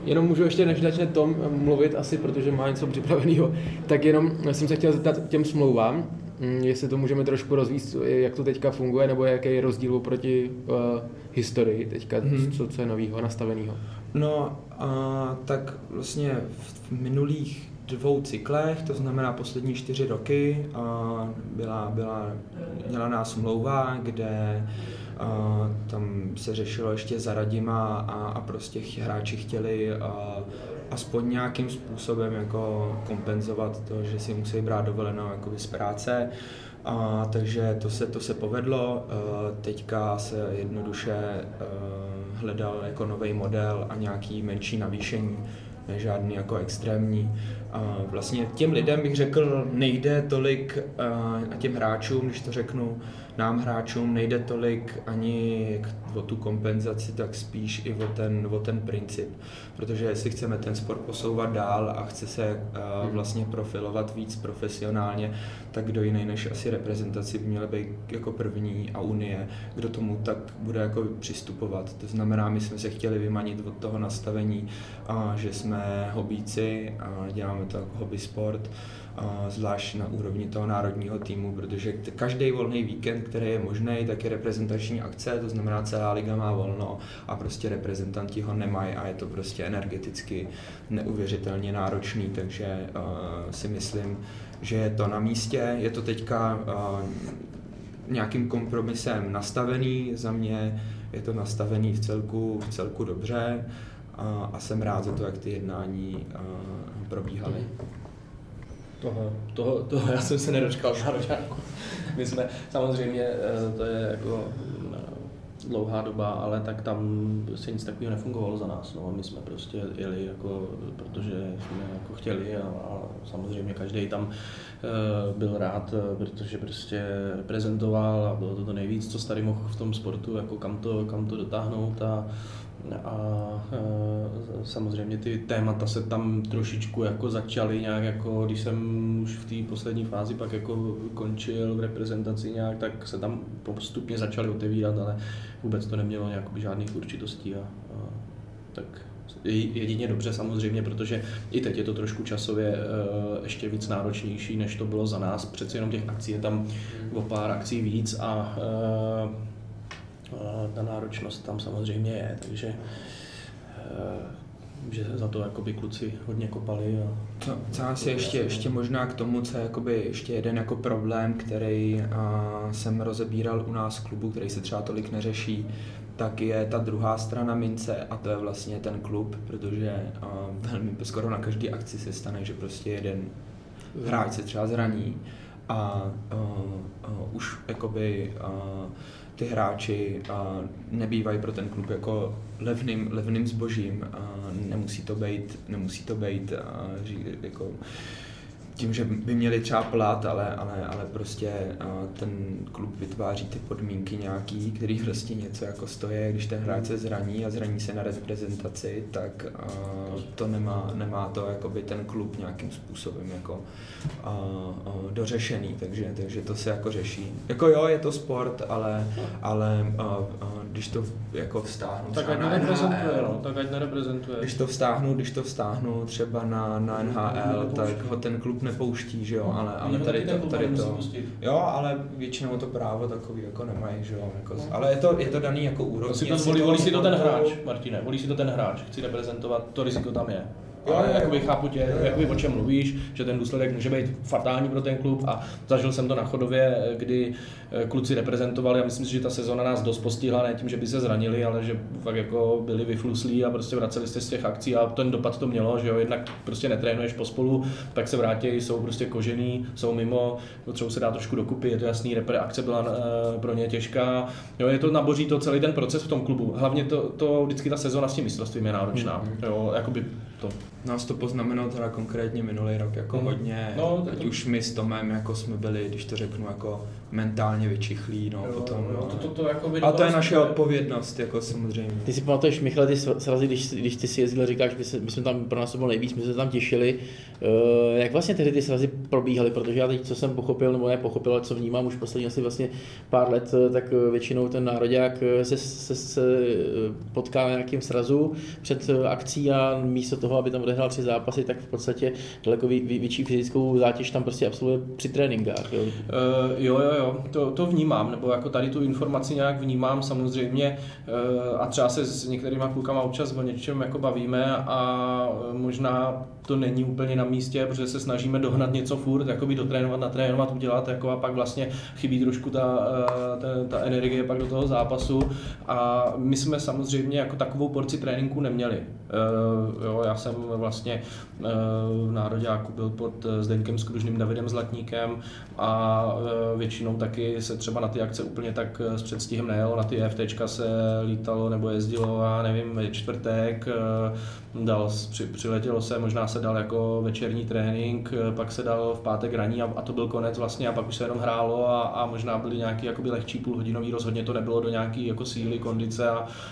Jenom můžu ještě, než začne Tom mluvit asi, protože má něco připraveného, tak jenom jsem se chtěl zeptat těm smlouvám, jestli to můžeme trošku rozvíct, jak to teďka funguje, nebo jaký je rozdíl oproti historii teďka, co je novýho, nastaveného. No, tak vlastně v minulých 2 cyklech, to znamená poslední 4 roky, byla dělaná smlouva, kde tam se řešilo ještě za Radima a prostě hráči chtěli aspoň nějakým způsobem jako kompenzovat to, že si musí brát dovolenou jakoby z práce. Takže to se povedlo. Teďka se jednoduše hledal jako nový model a nějaký menší navýšení, ne žádný jako extrémní. Vlastně těm lidem bych řekl, nejde tolik, a těm hráčům, když to řeknu, nám hráčům nejde tolik ani o tu kompenzaci, tak spíš i o ten princip. Protože jestli chceme ten sport posouvat dál a chce se vlastně profilovat víc profesionálně, tak kdo jiný než asi reprezentaci by měl být jako první a Unie, kdo tomu tak bude jako přistupovat. To znamená, my jsme se chtěli vymanit od toho nastavení, že jsme hobíci a děláme to jako hobby sport, zvlášť na úrovni toho národního týmu, protože každý volný víkend, který je možný, tak je reprezentační akce, to znamená celá liga má volno a prostě reprezentanti ho nemají a je to prostě energeticky neuvěřitelně náročný, takže si myslím, že je to na místě, je to teďka nějakým kompromisem nastavený, za mě je to nastavený v celku dobře a jsem rád za to, jak ty jednání probíhaly. Toho já jsem se nedočkal na roďáku. My jsme samozřejmě, to je jako dlouhá doba, ale tak tam prostě nic takového nefungovalo za nás. No. My jsme prostě jeli, jako, protože jsme jako chtěli a samozřejmě každý tam byl rád, protože prostě reprezentoval a bylo to nejvíc, co tady mohl v tom sportu, jako kam to dotáhnout a samozřejmě ty témata se tam trošičku jako začaly nějak jako, když jsem už v té poslední fázi pak jako končil v reprezentaci nějak, tak se tam postupně začaly otevírat, ale vůbec to nemělo nějak žádných určitostí a tak jedině dobře samozřejmě, protože i teď je to trošku časově ještě víc náročnější, než to bylo za nás, přeci jenom těch akcí je tam o pár akcí víc a ta náročnost tam samozřejmě je, takže že za to jakoby kluci hodně kopali. Co asi ještě možná k tomu, co je jakoby ještě jeden jako problém, který jsem rozebíral u nás v klubu, který se třeba tolik neřeší, tak je ta druhá strana mince a to je vlastně ten klub, protože velmi skoro na každé akci se stane, že prostě jeden hráč se třeba zraní a už jakoby ty hráči nebývají pro ten klub jako levným zbožím. Nemusí to být jako tím, že by měli třeba plat, ale prostě ten klub vytváří ty podmínky nějaký, který prostě něco jako stojí, když ten hráč se zraní a zraní se na reprezentaci, tak to nemá to jakoby ten klub nějakým způsobem jako dořešený, takže to se jako řeší. Jako jo, je to sport, ale když to jako vztáhnu tak ať nereprezentuje, no, tak ať nereprezentuje. Když to vztáhnu třeba na NHL, tak ho ten klub nepouští, že jo, ale tady to. Jo, ale většinou to právo takový jako nemají, že jo, jako, ale je to daný jako úrovně. Volí si to ten hráč, Martine, volí si to ten hráč, chci reprezentovat, to riziko tam je. Ale jakoby chápu tě, jakoby o čem mluvíš, že ten důsledek může být fatální pro ten klub a zažil jsem to na Chodově, kdy kluci reprezentovali a myslím si, že ta sezona nás dost postihla, ne tím, že by se zranili, ale že fakt jako byli vyfluslí a prostě vraceli jste z těch akcí a ten dopad to mělo, že jo, jednak prostě netrénuješ pospolu, tak se vrátí, jsou prostě kožený, jsou mimo, potřebují se dát trošku dokupy, je to jasný, akce byla pro ně těžká, jo, je to naboří to celý ten proces v tom klubu, hlavně to vždycky ta sezona s tím mistrovstvím je náročná, jo, jakoby to Nás to poznamenalo teda konkrétně minulý rok jako hodně, ať už my s Tomem jako jsme byli, když to řeknu, jako mentálně vyčichlí, no, potom, a to je naše odpovědnost, jako samozřejmě. Ty si pamatuješ, Michale, ty srazy, když ty si jezdil, říkáš, my jsme tam, pro nás to bylo nejvíc, my jsme se tam těšili, jak vlastně tehdy ty srazy probíhaly, protože já teď, co jsem pochopil, nebo nepochopil, ale co vnímám už poslední asi vlastně pár let, tak většinou ten nároďák se potká na nějakým srazu před akcí a místo toho, aby tam odehrál 3 zápasy, tak v podstatě daleko větší fyzickou zátěž tam prostě absolvuje při tréninkách. Jo, to vnímám, nebo jako tady tu informaci nějak vnímám samozřejmě a třeba se s některýma klukama občas o něčem jako bavíme a možná to není úplně na místě, protože se snažíme dohnat něco furt, jakoby dotrénovat, natrénovat, udělat jako a pak vlastně chybí trošku ta energie pak do toho zápasu a my jsme samozřejmě jako takovou porci tréninku neměli. Já jsem vlastně v nároďáku byl pod Zdeňkem Skružným, Davidem Zlatníkem a většinou taky se třeba na ty akce úplně tak s předstihem nejelo, na ty EFTčka se lítalo nebo jezdilo, já nevím, ve čtvrtek, přiletělo se, možná se dal jako večerní trénink, pak se dal v pátek raní a to byl konec vlastně a pak už se jenom hrálo a možná byly nějaký jakoby lehčí půlhodinový, rozhodně to nebylo do nějaký jako síly, kondice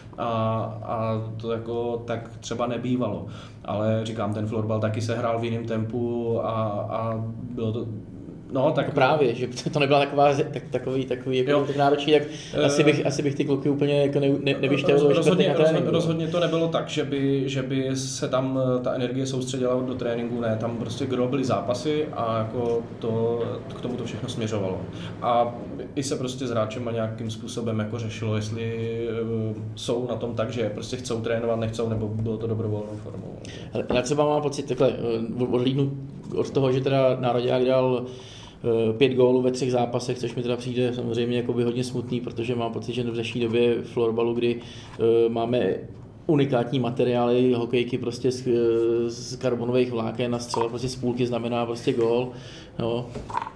a to jako tak třeba nebývalo. Ale říkám, ten florbal taky se hrál v jiném tempu a bylo to. No, tak právě, že to nebyla takový jako tak náročný, tak asi bych ty kluky úplně jako nevyštěl. Rozhodně to nebylo tak, že by se tam ta energie soustředila do tréninku, ne, tam prostě gro byly zápasy a jako k tomu to všechno směřovalo. A i se prostě s hráčema nějakým způsobem jako řešilo, jestli jsou na tom tak, že prostě chcou trénovat, nechcou, nebo bylo to dobrovolnou formou. Já třeba mám pocit, takhle odhlídnu od toho, že teda nároďák dal 5 gólů ve 3 zápasech, což mi teda přijde samozřejmě jako by hodně smutný, protože mám pocit, že v dnešní době florbalu, kdy máme unikátní materiály, hokejky prostě z karbonových vláken a střela prostě z půlky znamená prostě gól. No.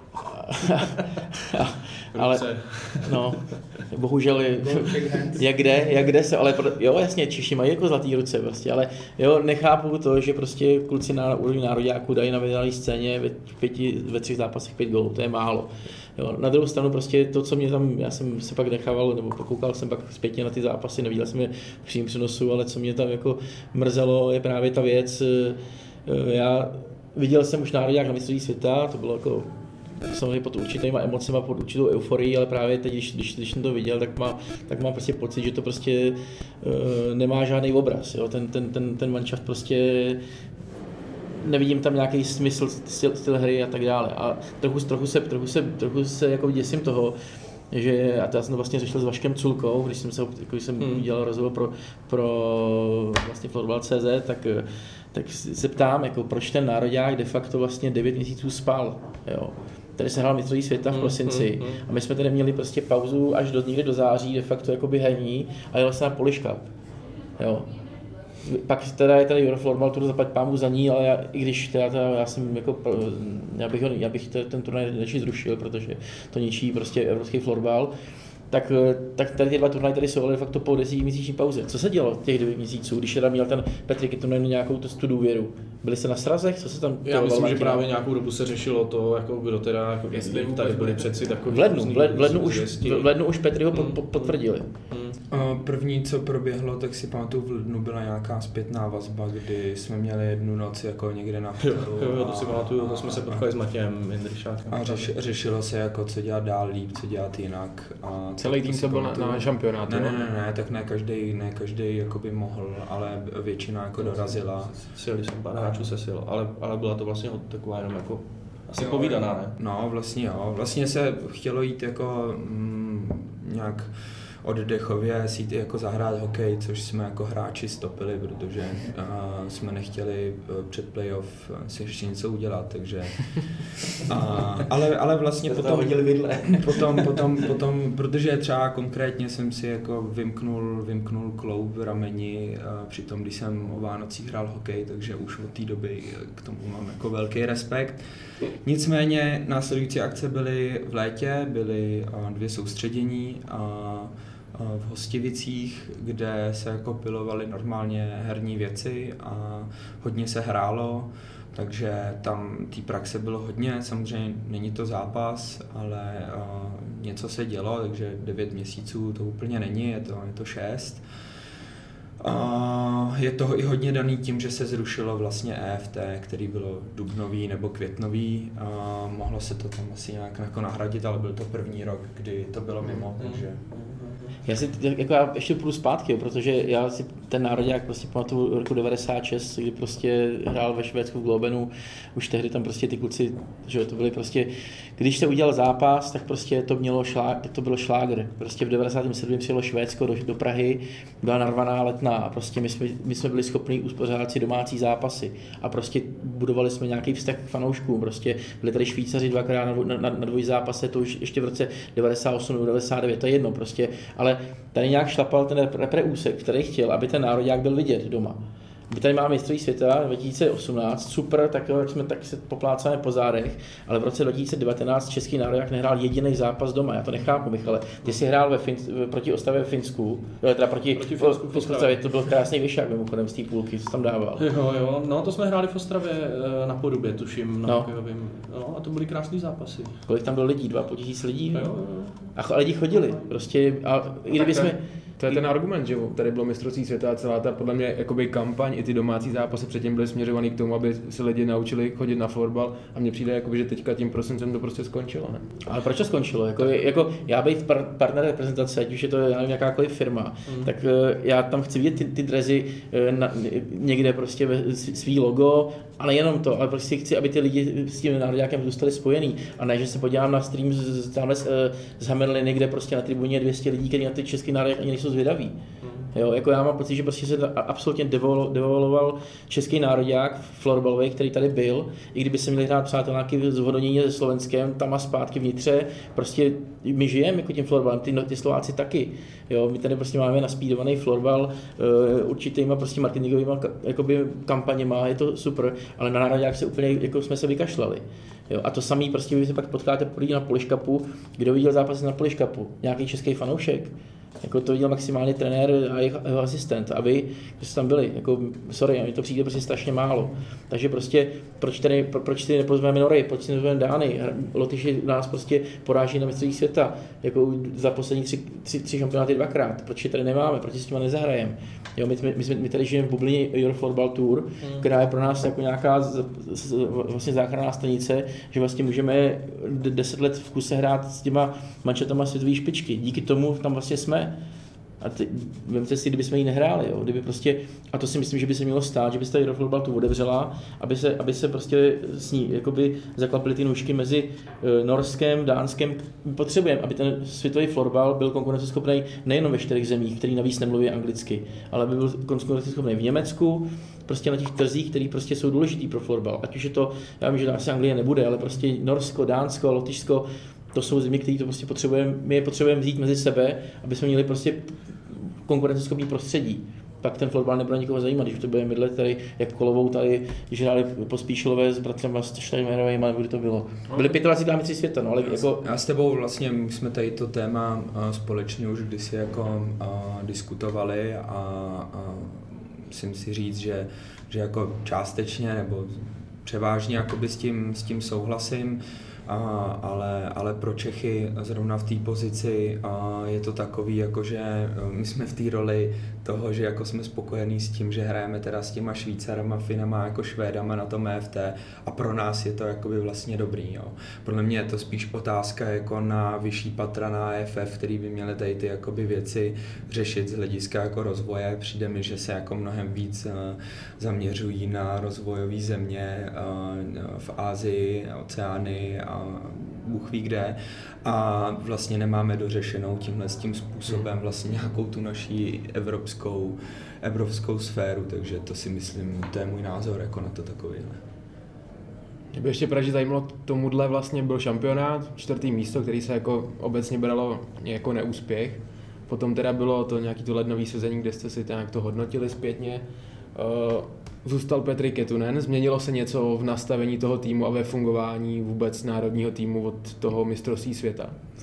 Ale no, bohužel jak kde se, ale jo, jasně, Češi mají jako zlatý ruce prostě, ale jo, nechápu to, že prostě kluci na úrovni nároďáku dají na mediální scéně ve 3 zápasech 5 gólů, to je málo. Jo, na druhou stranu prostě to, co mě tam, já jsem se pak nechával, nebo pokoukal jsem pak zpětně na ty zápasy, neviděl jsem je v přímém přenosu, ale co mě tam jako mrzelo, je právě ta věc, já viděl jsem už nároďák na mistrovství světa, to bylo jako samozřejmě pod určitýma emocema, pod určitou euforii, ale právě teď, když jsem to viděl, tak mám prostě pocit, že to prostě nemá žádný obraz. Jo? Ten manšaft prostě nevidím tam nějaký smysl, styl hry a tak dále. A trochu se jako děsím toho, že, a to já jsem to vlastně řešil s Vaškem Culkou, když jsem udělal rozhovor pro vlastně Florbal.cz, tak se ptám, jako, proč ten nároďák de facto vlastně 9 měsíců spal. Jo. Tady se hrál mistrovství světa v prosinci a my jsme tady měli prostě pauzu až někdy do září, de facto jakoby hení a jel se na Polish Cup. Jo. Pak teda je tady Euroflorbal Tour, zaplať pámu za ní, ale i když já jsem jako, já bych ten turnaj radši zrušil, protože to ničí prostě evropský florbal, tak tady ty 2 turnaje tady jsou ale de facto po 10měsíční pauze. Co se dělo těch 9 měsíců, když teda měl ten Petrik turnaj nějakou tu důvěru? Byli se na srazech? Co se tam? Já myslím, že právě nějakou dobu se řešilo to, jako kdo teda, jako jestli tady byli přeci takový. V lednu už Petry ho potvrdili. První, co proběhlo, tak si pamatuju, v lednu byla nějaká zpětná vazba, kdy jsme měli jednu noc jako někde na hotelu. Jo, to si pamatuju, to jsme se potkali s Matějem Jindryšákem. A řešilo se jako, co dělat dál líp, co dělat jinak. A celý tým, co byl na šampionátu? Ne, tak ne každý jakoby mohl, ale většina jako dorazila. Sjeli jsem, pár hráčů se sjelo, ale byla to vlastně taková jenom jako asi povídaná, ne? No, vlastně jo. Vlastně se chtělo jít jako nějak oddechově si jít jako zahrát hokej, což jsme jako hráči stopili, protože jsme nechtěli před playoff si ještě něco udělat, takže ale vlastně potom, protože třeba konkrétně jsem si jako vymknul kloub v rameni při tom, když jsem o Vánocích hrál hokej, takže už od té doby k tomu mám jako velký respekt. Nicméně následující akce byly v létě, byly 2 soustředění a v Hostivicích, kde se jako pilovaly normálně herní věci a hodně se hrálo, takže tam té praxe bylo hodně, samozřejmě není to zápas, ale něco se dělo, takže 9 měsíců to úplně není, je to 6. Je to i hodně daný tím, že se zrušilo vlastně EFT, který bylo dubnový nebo květnový. Mohlo se to tam asi nějak jako nahradit, ale byl to první rok, kdy to bylo mimo, takže... Já ještě půjdu zpátky, protože já si ten národák prostě pamatuju roku 96, kdy prostě hrál ve Švédsku v Globenu, už tehdy tam prostě ty kluci, že to byly prostě, když se udělal zápas, tak prostě to bylo šlágr. Prostě v 97. přijelo Švédsko do Prahy, byla narvaná Letná a prostě my jsme byli schopni uspořádat si domácí zápasy a prostě budovali jsme nějaký vztah k fanouškům, prostě byli tady Švýcaři dvakrát na dvojzápase, to už ještě v roce 98 nebo 99, to je jedno prostě, ale tady nějak šlapal ten repreúsek, který chtěl, aby ten národák byl vidět doma. My tady máme mistrovství světa 2018, super, tak se poplácáme po zádech, ale v roce 2019 český národák nehrál jediný zápas doma, já to nechápu, Michale. Ty jsi hrál proti Ostavě ve Finsku, teda proti Ostravě, to byl krásný vyšák mimochodem z té půlky, co tam dával. Jo, no to jsme hráli v Ostravě na Porubě, tuším, na hokejovém, no a to byly krásný zápasy. Kolik tam bylo lidí, 2,5 lidí? Jo. A lidi chodili, prostě, a i kdyby jsme... To je ten argument, že tady bylo mistrovství světa a celá ta podle mě jakoby kampaň i ty domácí zápasy předtím byly směřovaný k tomu, aby se lidi naučili chodit na florbal a mně přijde, jakoby, že teďka tím prosincem to prostě skončilo, ne? Ale proč to skončilo? Jako já být partner reprezentace, ať už je to jakákoliv firma, tak já tam chci vidět ty drezy někde prostě svý logo, ale jenom to, ale prostě chci, aby ty lidi s tím nároďákem zůstali spojený a ne, že se podívám na stream z Hamerliny, kde prostě na tribuně 200 lidí, kteří na ty český národák ani nejsou zvědaví. Jo, jako já mám pocit, že prostě se absolutně devalvoval český národák florbalový, který tady byl, i kdyby se měli hrát přátelnáky zhodonění se Slovenskem, tam a zpátky vnitře, prostě my žijeme jako tím florbalem, ty Slováci taky. Jo, my tady prostě máme naspídovaný florbal určitýma prostě marketingovýma jakoby kampaněma, je to super, ale na národák se úplně jako jsme se vykašlali. Jo, a to samý prostě vy se pak potkáte na Polish Cupu, kdo viděl zápasy na Polish Cupu, nějaký český fanoušek. Jako to viděl maximálně trenér a jeho asistent a vy, kdo jste tam byli, jako sorry, mi to přijde prostě strašně málo. Takže prostě proč si nepozveme Nory, proč si nepozveme Dány, Lotyši nás prostě poráží na mistrovství světa, jako za poslední tři šampionáty 2krát, proč je tady nemáme, proč si s těma nezahrajeme. Jo, my tady žijeme v bublině Euroflorbal Tour, která je pro nás jako nějaká vlastně záchranná stanice, že vlastně můžeme 10 let v kuse hrát s těma mančetama světové špičky. Díky tomu tam vlastně jsme. A vemte si, kdyby jsme ji nehráli, jo? Kdyby prostě, a to si myslím, že by se mělo stát, že by se ta Euroflorbal tu otevřela, aby se prostě s ní jakoby zaklapily ty nůžky mezi Norskem, Dánskem. Potřebujeme, aby ten světový florbal byl konkurenceschopný nejenom ve 4 zemích, který navíc nemluví anglicky, ale aby byl konkurenceschopný v Německu, prostě na těch trzích, které prostě jsou důležitý pro florbal. Ať už je to, já vím, že asi Anglie nebude, ale prostě Norsko, Dánsko, Lotyšsko, to jsou země, které to prostě potřebujeme, my je potřebujeme vzít mezi sebe, aby jsme měli prostě konkurenceschopný prostředí. Pak ten florbal nebude nikoho zajímat, když to bude mydle tady, jak Kolovou tady, když hráli Pospíšilové s bratrem Steinmeierovým, nebo kdy to bylo. Byli 25 mistři světa, no, ale jako... Já s tebou vlastně, my jsme tady to téma společně už kdysi jako diskutovali a musím si říct, že jako částečně nebo převážně jakoby s tím souhlasím. Ale pro Čechy zrovna v té pozici je to takový, jakože my jsme v té roli toho, že jako jsme spokojení s tím, že hrajeme teda s těma Švýcarama, Finama, jako Švédama na tom EFT a pro nás je to jakoby vlastně dobrý. Jo. Podle mě je to spíš otázka jako na vyšší patra na EFF, který by měly tady ty jakoby věci řešit z hlediska jako rozvoje. Přijde mi, že se jako mnohem víc zaměřují na rozvojové země v Asii, Oceánii a Bůh ví kde a vlastně nemáme dořešenou tímhle s tím způsobem vlastně nějakou tu naší evropskou sféru, takže to si myslím, to je můj názor jako na to takovýhle. Mě by ještě Praži zajímalo, tomuhle vlastně byl šampionát, 4. místo, který se jako obecně bralo jako neúspěch. Potom teda bylo to nějaký to lednový sezení, kde jste si nějak to hodnotili zpětně. Zůstal Petr Ketunen, změnilo se něco v nastavení toho týmu a ve fungování vůbec národního týmu od toho mistrovství světa?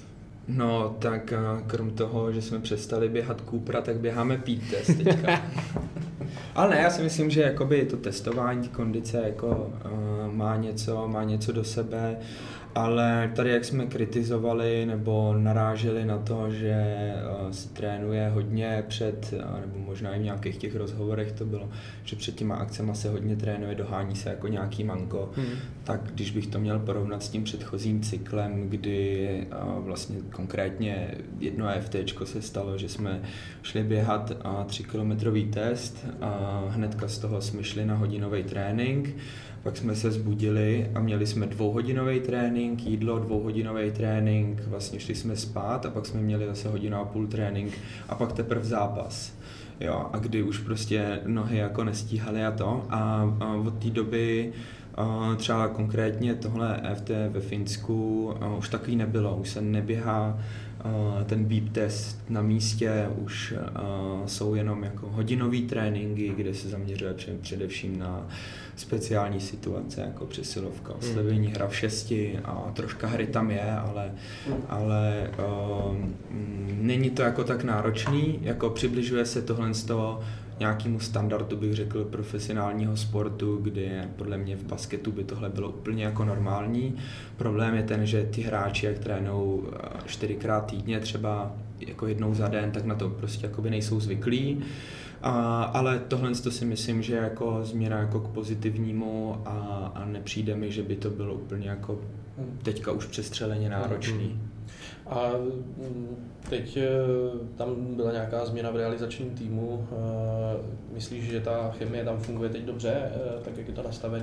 No, tak krom toho, že jsme přestali běhat Coopera, tak běháme Peak Test teďka. Ale ne, já si myslím, že jakoby to testování, ty kondice jako, má něco do sebe, ale tady jak jsme kritizovali nebo naráželi na to, že se trénuje hodně před, nebo možná i v nějakých těch rozhovorech to bylo, že před těma akcema se hodně trénuje, dohání se jako nějaký manko, tak když bych to měl porovnat s tím předchozím cyklem, kdy vlastně konkrétně jedno EFTčko se stalo, že jsme šli běhat 3kilometrový test a hnedka z toho jsme šli na hodinový trénink, pak jsme se zbudili a měli jsme 2hodinový trénink, jídlo, 2hodinový trénink, vlastně šli jsme spát a pak jsme měli zase 1,5 hodiny trénink a pak teprve zápas. Jo, a kdy už prostě nohy jako nestíhaly a to a od té doby třeba konkrétně tohle EFT ve Finsku už takový nebylo, už se neběhá ten beep test na místě, už jsou jenom jako hodinový tréninky, kde se zaměřuje především na speciální situace, jako přesilovka, oslabení, hra v 6 a troška hry tam je, ale není to jako tak náročný, jako přibližuje se tohle z toho nějakému standardu, bych řekl, profesionálního sportu, kdy podle mě v basketu by tohle bylo úplně jako normální. Problém je ten, že ty hráči, jak trénou 4x týdně, třeba jako jednou za den, tak na to prostě jakoby nejsou zvyklí. Ale tohle si myslím, že jako změna jako k pozitivnímu a nepřijde mi, že by to bylo úplně jako teďka už přestřeleně náročný. A teď tam byla nějaká změna v realizačním týmu. Myslíš, že ta chemie tam funguje teď dobře, tak jak je to nastavený?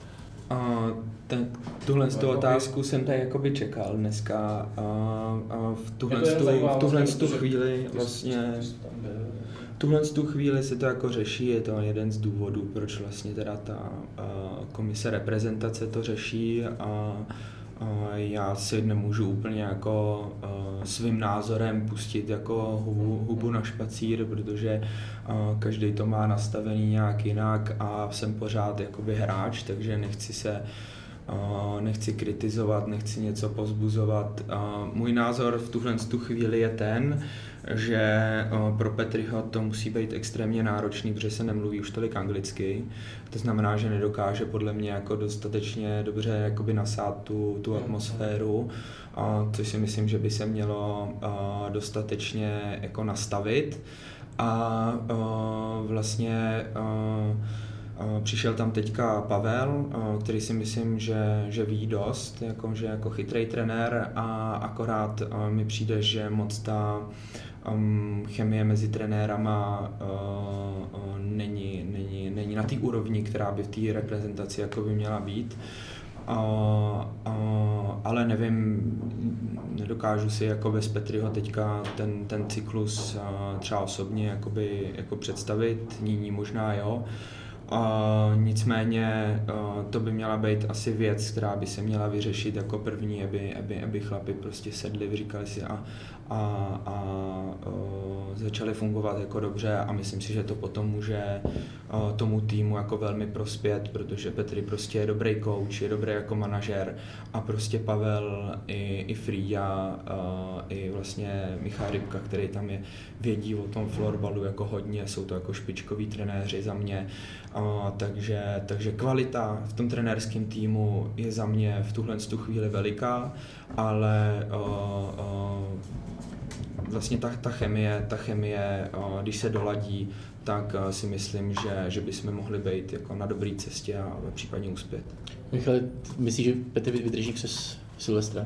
Tuhle otázku jsem tady jakoby čekal dneska v tuhle chvíli vlastně tuhle chvíli se to jako řeší, je to jeden z důvodů, proč vlastně teda ta komise reprezentace to řeší a já si nemůžu úplně jako svým názorem pustit jako hubu na špacír, protože každý to má nastavený nějak jinak a jsem pořád jakoby hráč, takže nechci kritizovat, nechci něco povzbuzovat. Můj názor v tuhle chvíli je ten, že pro Petriho to musí být extrémně náročný, protože se nemluví už tolik anglicky. To znamená, že nedokáže podle mě jako dostatečně dobře jakoby nasát tu atmosféru, což si myslím, že by se mělo dostatečně jako nastavit. A vlastně přišel tam teďka Pavel, který si myslím, že ví dost, že jako chytrý trenér a akorát mi přijde, že moc ta chemie mezi trenérama není na té úrovni, která by v té reprezentaci jako by měla být. Ale nevím, nedokážu si jako bez Petriho teďka ten cyklus třeba osobně jako představit, nyní možná jo. Nicméně to by měla být asi věc, která by se měla vyřešit jako první, aby chlapi prostě sedli, vyříkali si a začali fungovat jako dobře a myslím si, že to potom může tomu týmu jako velmi prospět, protože Petri prostě je dobrý coach, je dobrý jako manažer a prostě Pavel i Frýďa i vlastně Michal Rybka, který tam je, vědí o tom florbalu jako hodně, jsou to jako špičkoví trenéři za mě, takže kvalita v tom trenérském týmu je za mě v tuhle chvíli veliká, ale vlastně ta chemie, když se doladí, tak si myslím, že bychom mohli být jako na dobré cestě a případně uspět. Michal, myslíš, že Petr vydrží přes Silvestra?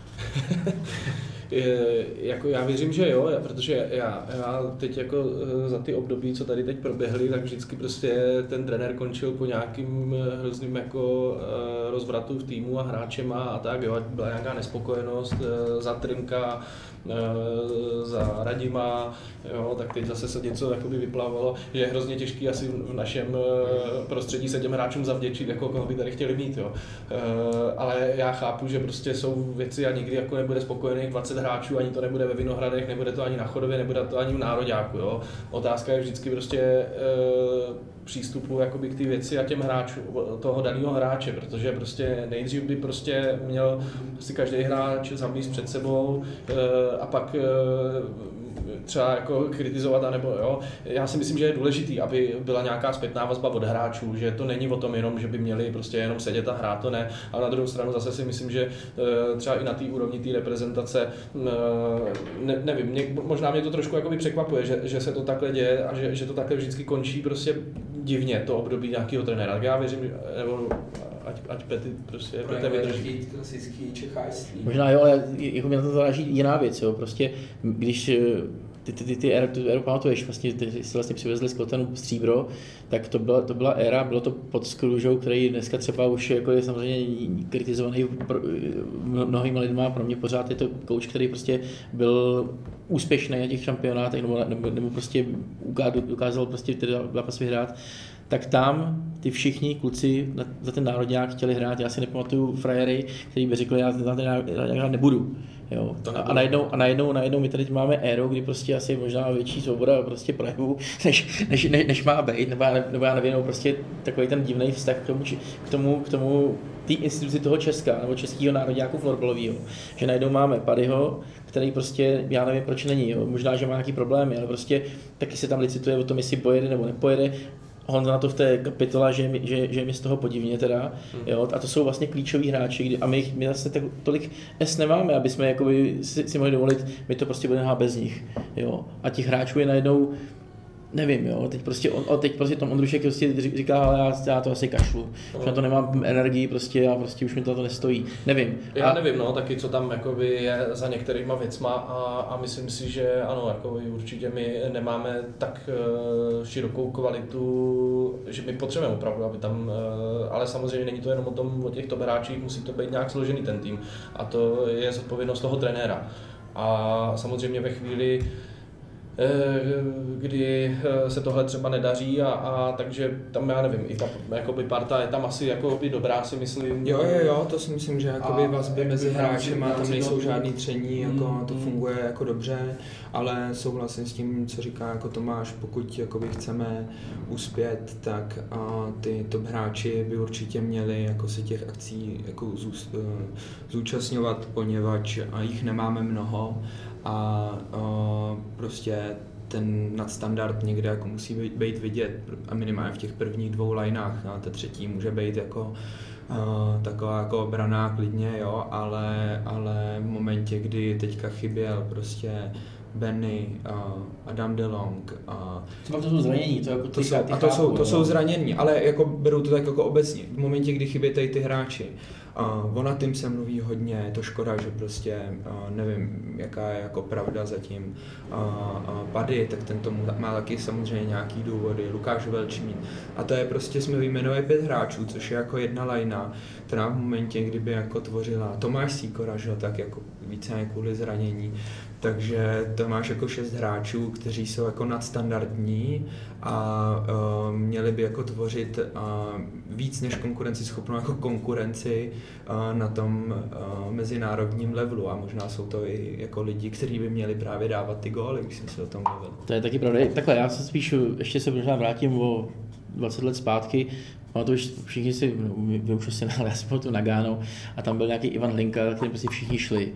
Jako já věřím, že jo, protože já teď jako za ty období, co tady teď proběhly, tak vždycky prostě ten trenér končil po nějakým hrozným jako rozvratu v týmu a hráčem a tak, jo, byla nějaká nespokojenost za Trymka, za Radima, jo, tak teď zase se něco jakoby vyplávalo, že je hrozně těžký asi v našem prostředí se těm hráčům zavděčit, jako koho by tady chtěli mít, jo. Ale já chápu, že prostě jsou věci a nikdy jako nebude spokojených 20 hráčů, ani to nebude ve Vinohradech, nebude to ani na Chodově, nebude to ani v Nároďáku, jo. Otázka je vždycky prostě přístupu jakoby k té věci a těm hráčům, toho daného hráče, protože prostě nejdřív by prostě měl prostě každý hráč zamíst před sebou a pak třeba jako kritizovat, anebo jo. Já si myslím, že je důležitý, aby byla nějaká zpětná vazba od hráčů, že to není o tom jenom, že by měli prostě jenom sedět a hrát, to ne. Ale na druhou stranu zase si myslím, že třeba i na té úrovni té reprezentace, nevím, možná mě to trošku jakoby překvapuje, že se to takhle děje a že to takhle vždycky končí prostě divně, to období nějakého trenéra. Já věřím, nebo ať Pety prostě vydrží. Klasický čechářství. Možná jo, ale jako mě to záleží jiná věc, jo. Prostě když ty éru pamatuješ, vlastně, ty si vlastně přivezli z Kotanu stříbro, tak to byla éra, bylo to pod Skružou, který dneska třeba už jako je samozřejmě kritizovaný mnohými lidmi, pro mě pořád je to kouč, který prostě byl úspěšný na těch šampionátech, nebo prostě ukázal prostě ty zápasy vyhrát, tak tam ty všichni kluci za ten národňák chtěli hrát. Já si nepamatuju frajery, který by řekli, já za ten národňák nebudu. Jo. A najednou my tady máme éru, kdy prostě asi je možná větší svoboda prostě projevu, než má být, nebo já nevím, prostě takový ten divný vztah k tomu té instituci toho Česka, nebo českého národňáku florbalového, že najednou máme Paddyho, který prostě, já nevím, proč není, jo. Možná, že má nějaký problémy, ale prostě taky se tam licituje o tom, jestli pojede nebo nepojede. Honza na to v té kapitole, že je mi z toho podivně teda, jo, a to jsou vlastně klíčoví hráči, a my vlastně tolik nemáme, aby jsme jakoby si mohli dovolit, my to prostě budeme hrát bez nich, jo, a těch hráčů je najednou, nevím, jo, teď prostě Tom Ondrušek prostě říká, ale já to asi kašlu, že na to nemám energii prostě a prostě už mi to nestojí, nevím. Já nevím, no, taky co tam jakoby je za některýma věcma a myslím si, že ano, jakoby určitě my nemáme tak širokou kvalitu, že my potřebujeme opravdu, aby tam, ale samozřejmě není to jenom o těch top hráčích, musí to být nějak složený ten tým a to je zodpovědnost toho trenéra. A samozřejmě ve chvíli, kdy se tohle třeba nedaří a takže tam já nevím, i ta jakoby parta je tam asi jakoby dobrá, si myslím. Jo, to si myslím, že jakoby vazby mezi hráčema tam nejsou žádný tření, jako to funguje jako dobře, ale souhlasím s tím, co říká jako Tomáš, pokud jakoby chceme uspět, tak ty top hráči by určitě měli jako se těch akcí jako zúčastňovat, poněvadž jich nemáme mnoho a prostě ten nadstandard někde jako musí být vidět a minimálně v těch prvních 2 lineách, a ta třetí může být jako taková jako obraná klidně, jo, ale v momentě, kdy teďka chyběl prostě Benny, Adam DeLong. To jsou zranění, to jsou zranění, ale jako beru to tak jako obecně. V momentě, kdy chybí ty hráči. Ona tím se mluví hodně, je to škoda, že prostě nevím, jaká je jako pravda zatím. Paddy, tak ten tomu má taky samozřejmě nějaký důvody, Lukáš Velčín. A to je prostě, jsme vyjmenovali 5 hráčů, což je jako jedna lajna, která v momentě, kdyby jako tvořila Tomáš Sýkora, že, tak jako více kvůli zranění. Takže to máš jako 6 hráčů, kteří jsou jako nadstandardní a měli by jako tvořit víc než konkurenceschopnou jako konkurenci na tom mezinárodním levelu a možná jsou to i jako lidi, kteří by měli právě dávat ty góly, když jsme se o tom mluvili. To je taky pravda. Takhle, já se spíš, ještě se možná vrátím o 20 let zpátky. Pamatuju, všichni si, vy už asi, ale já si pamatuju Nagano a tam byl nějaký Ivan Linka, který prostě všichni šli.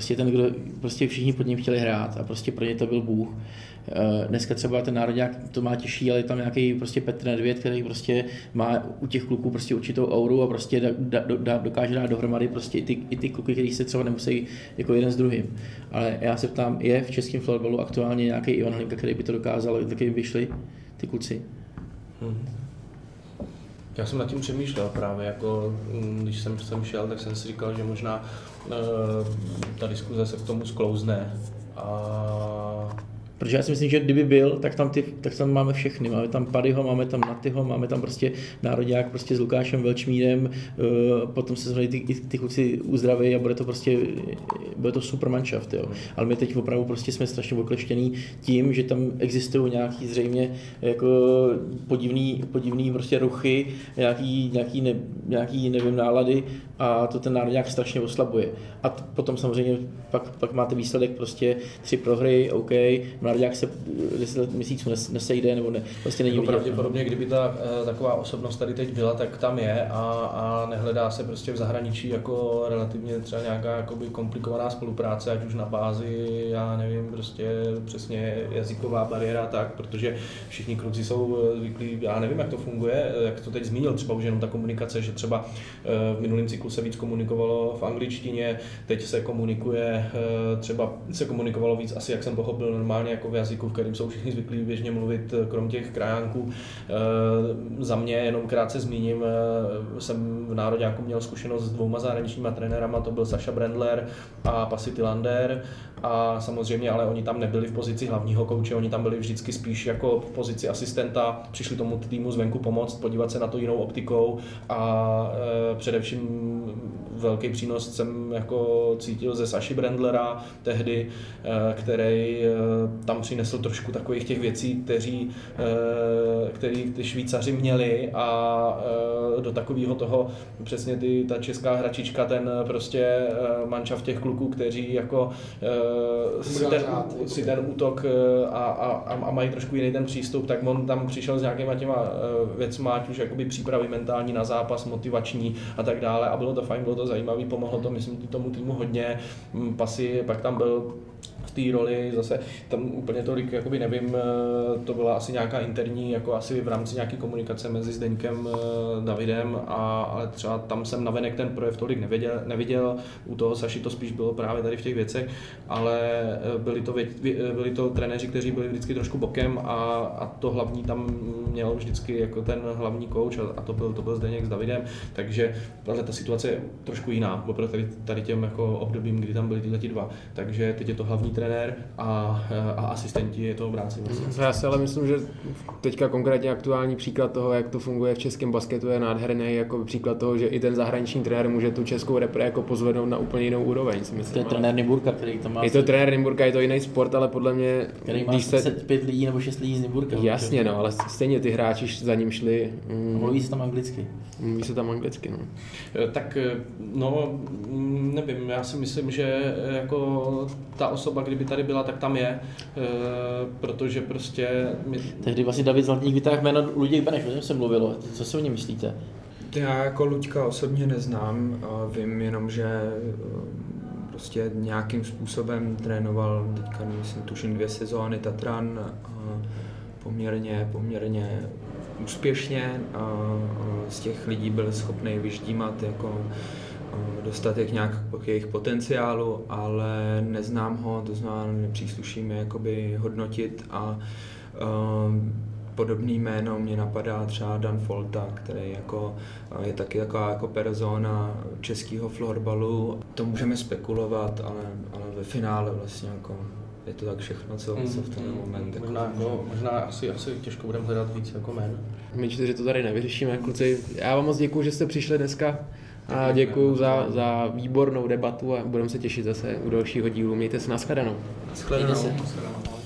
Prostě všichni pod ním chtěli hrát a prostě pro ně to byl bůh. Dneska třeba ten národňák to má těžší, ale je tam nějaký prostě Petr Nedvěd, který prostě má u těch kluků prostě určitou auru a prostě dokáže dát dohromady prostě i ty kluky, kteří se třeba nemusí jako jeden s druhým. Ale já se ptám, je v českém florbalu aktuálně nějaký Ivan Linka, který by to dokázal, taky by šli ty kluci? Já jsem nad tím přemýšlel právě, jako když jsem sem šel, tak jsem si říkal, že možná ta diskuze se k tomu sklouzne. Protože já si myslím, že kdyby byl, tak tam máme všechny. Máme tam Paddyho, máme tam Natyho, máme tam prostě národňák prostě s Lukášem Velčmírem, potom se ty kluci uzdraví a bude to super manšaft, jo. Ale my teď opravdu prostě jsme strašně okleštěný tím, že tam existují nějaký zřejmě jako podivný prostě ruchy, nějaký nevím, nálady a to ten národňák strašně oslabuje. A potom samozřejmě pak máte výsledek prostě 3 prohry, OK, mladák se 10 měsíců nesejde, nebo ne, vlastně není vidět. Pravděpodobně, kdyby ta taková osobnost tady teď byla, tak tam je a nehledá se prostě v zahraničí jako relativně třeba nějaká jakoby komplikovaná spolupráce, ať už na bázi, já nevím, prostě přesně jazyková bariéra tak, protože všichni kluci jsou zvyklí, já nevím, jak to funguje, jak to teď zmínil, třeba už jenom ta komunikace, že třeba v minulém cyklu se víc komunikovalo v angličtině, teď se komunikuje, třeba se komunikovalo víc asi, jak jsem pochopil, normálně jako v jazyku, v kterém jsou všichni zvyklí běžně mluvit, krom těch krajánků. Za mě jenom krátce zmíním, jsem v nároďáku měl zkušenost s 2 zahraničníma trenérama, to byl Saša Brendler a Pasi Tillander, a samozřejmě, ale oni tam nebyli v pozici hlavního kouče, oni tam byli vždycky spíš jako v pozici asistenta, přišli tomu týmu zvenku pomoct, podívat se na to jinou optikou a především velký přínos jsem jako cítil ze Saši Brendlera tehdy, který tam přinesl trošku takových těch věcí, který ty Švýcaři měli, a do takového toho přesně ta česká hračička, ten prostě mančaft těch kluků, kteří jako si ten útok a mají trošku jiný ten přístup, tak on tam přišel s nějakýma těma věcma, ať už jakoby přípravy mentální na zápas, motivační a tak dále, a bylo to fajn, bylo to zajímavé, pomohlo to, myslím, tomu týmu hodně. Pasi pak tam byl v té roli, zase tam úplně tolik jakoby nevím, to byla asi nějaká interní, jako asi v rámci nějaké komunikace mezi Zdeňkem, Davidem, ale třeba tam jsem navenek ten projev tolik neviděl, u toho Saši to spíš bylo právě tady v těch věcech, ale byli to trenéři, kteří byli vždycky trošku bokem, a to hlavní tam měl vždycky jako ten hlavní kouč, a to byl Zdeněk s Davidem, takže ta situace je trošku jiná, oproti tady těm jako obdobím, kdy tam byli tyhle dva, takže teď je to hlavní trenér a asistenti, je to obráceně. Já si ale myslím, že teďka konkrétně aktuální příklad toho, jak to funguje v českém basketu, je nádherný jako příklad toho, že i ten zahraniční trenér může tu českou repre jako pozvednout na úplně jinou úroveň. To je trenér Nymburka, který tam má. Je to trenér Nymburka, je to jiný sport, ale podle mě... Který má 5 lidí nebo 6 lidí z Nymburka. Jasně, no, ale stejně ty hráči za ním šli... Mluví se tam anglicky. Mluví se tam anglicky, no. Tak, no, nevím, já si myslím, že jako ta osoba, kdyby tady byla, tak tam je, protože prostě... Tehdy vlastně David Zlatník vytáhl jméno Luděk Beneš, o něm se mluvilo, co si o něm myslíte? Já jako Luďka osobně neznám, vím jenom, že prostě nějakým způsobem trénoval teďka, myslím, tuším 2 sezóny Tatran, poměrně úspěšně, z těch lidí byl schopný vyždímat jako dostatek nějak k jejich potenciálu, ale neznám ho, to znamená, nepřísluší mi jakoby hodnotit, a podobný jméno mě napadá třeba Dan Folta, který jako, je taky taková jako persona českého florbalu. To můžeme spekulovat, ale ve finále vlastně jako je to tak všechno, co v ten moment. Možná asi těžko budeme hledat víc jako jméno. My 4 to tady nevyřešíme, kluci. Já vám moc děkuju, že jste přišli dneska. A děkuju za výbornou debatu a budeme se těšit zase u dalšího dílu. Mějte se, nashledanou. Nashledanou.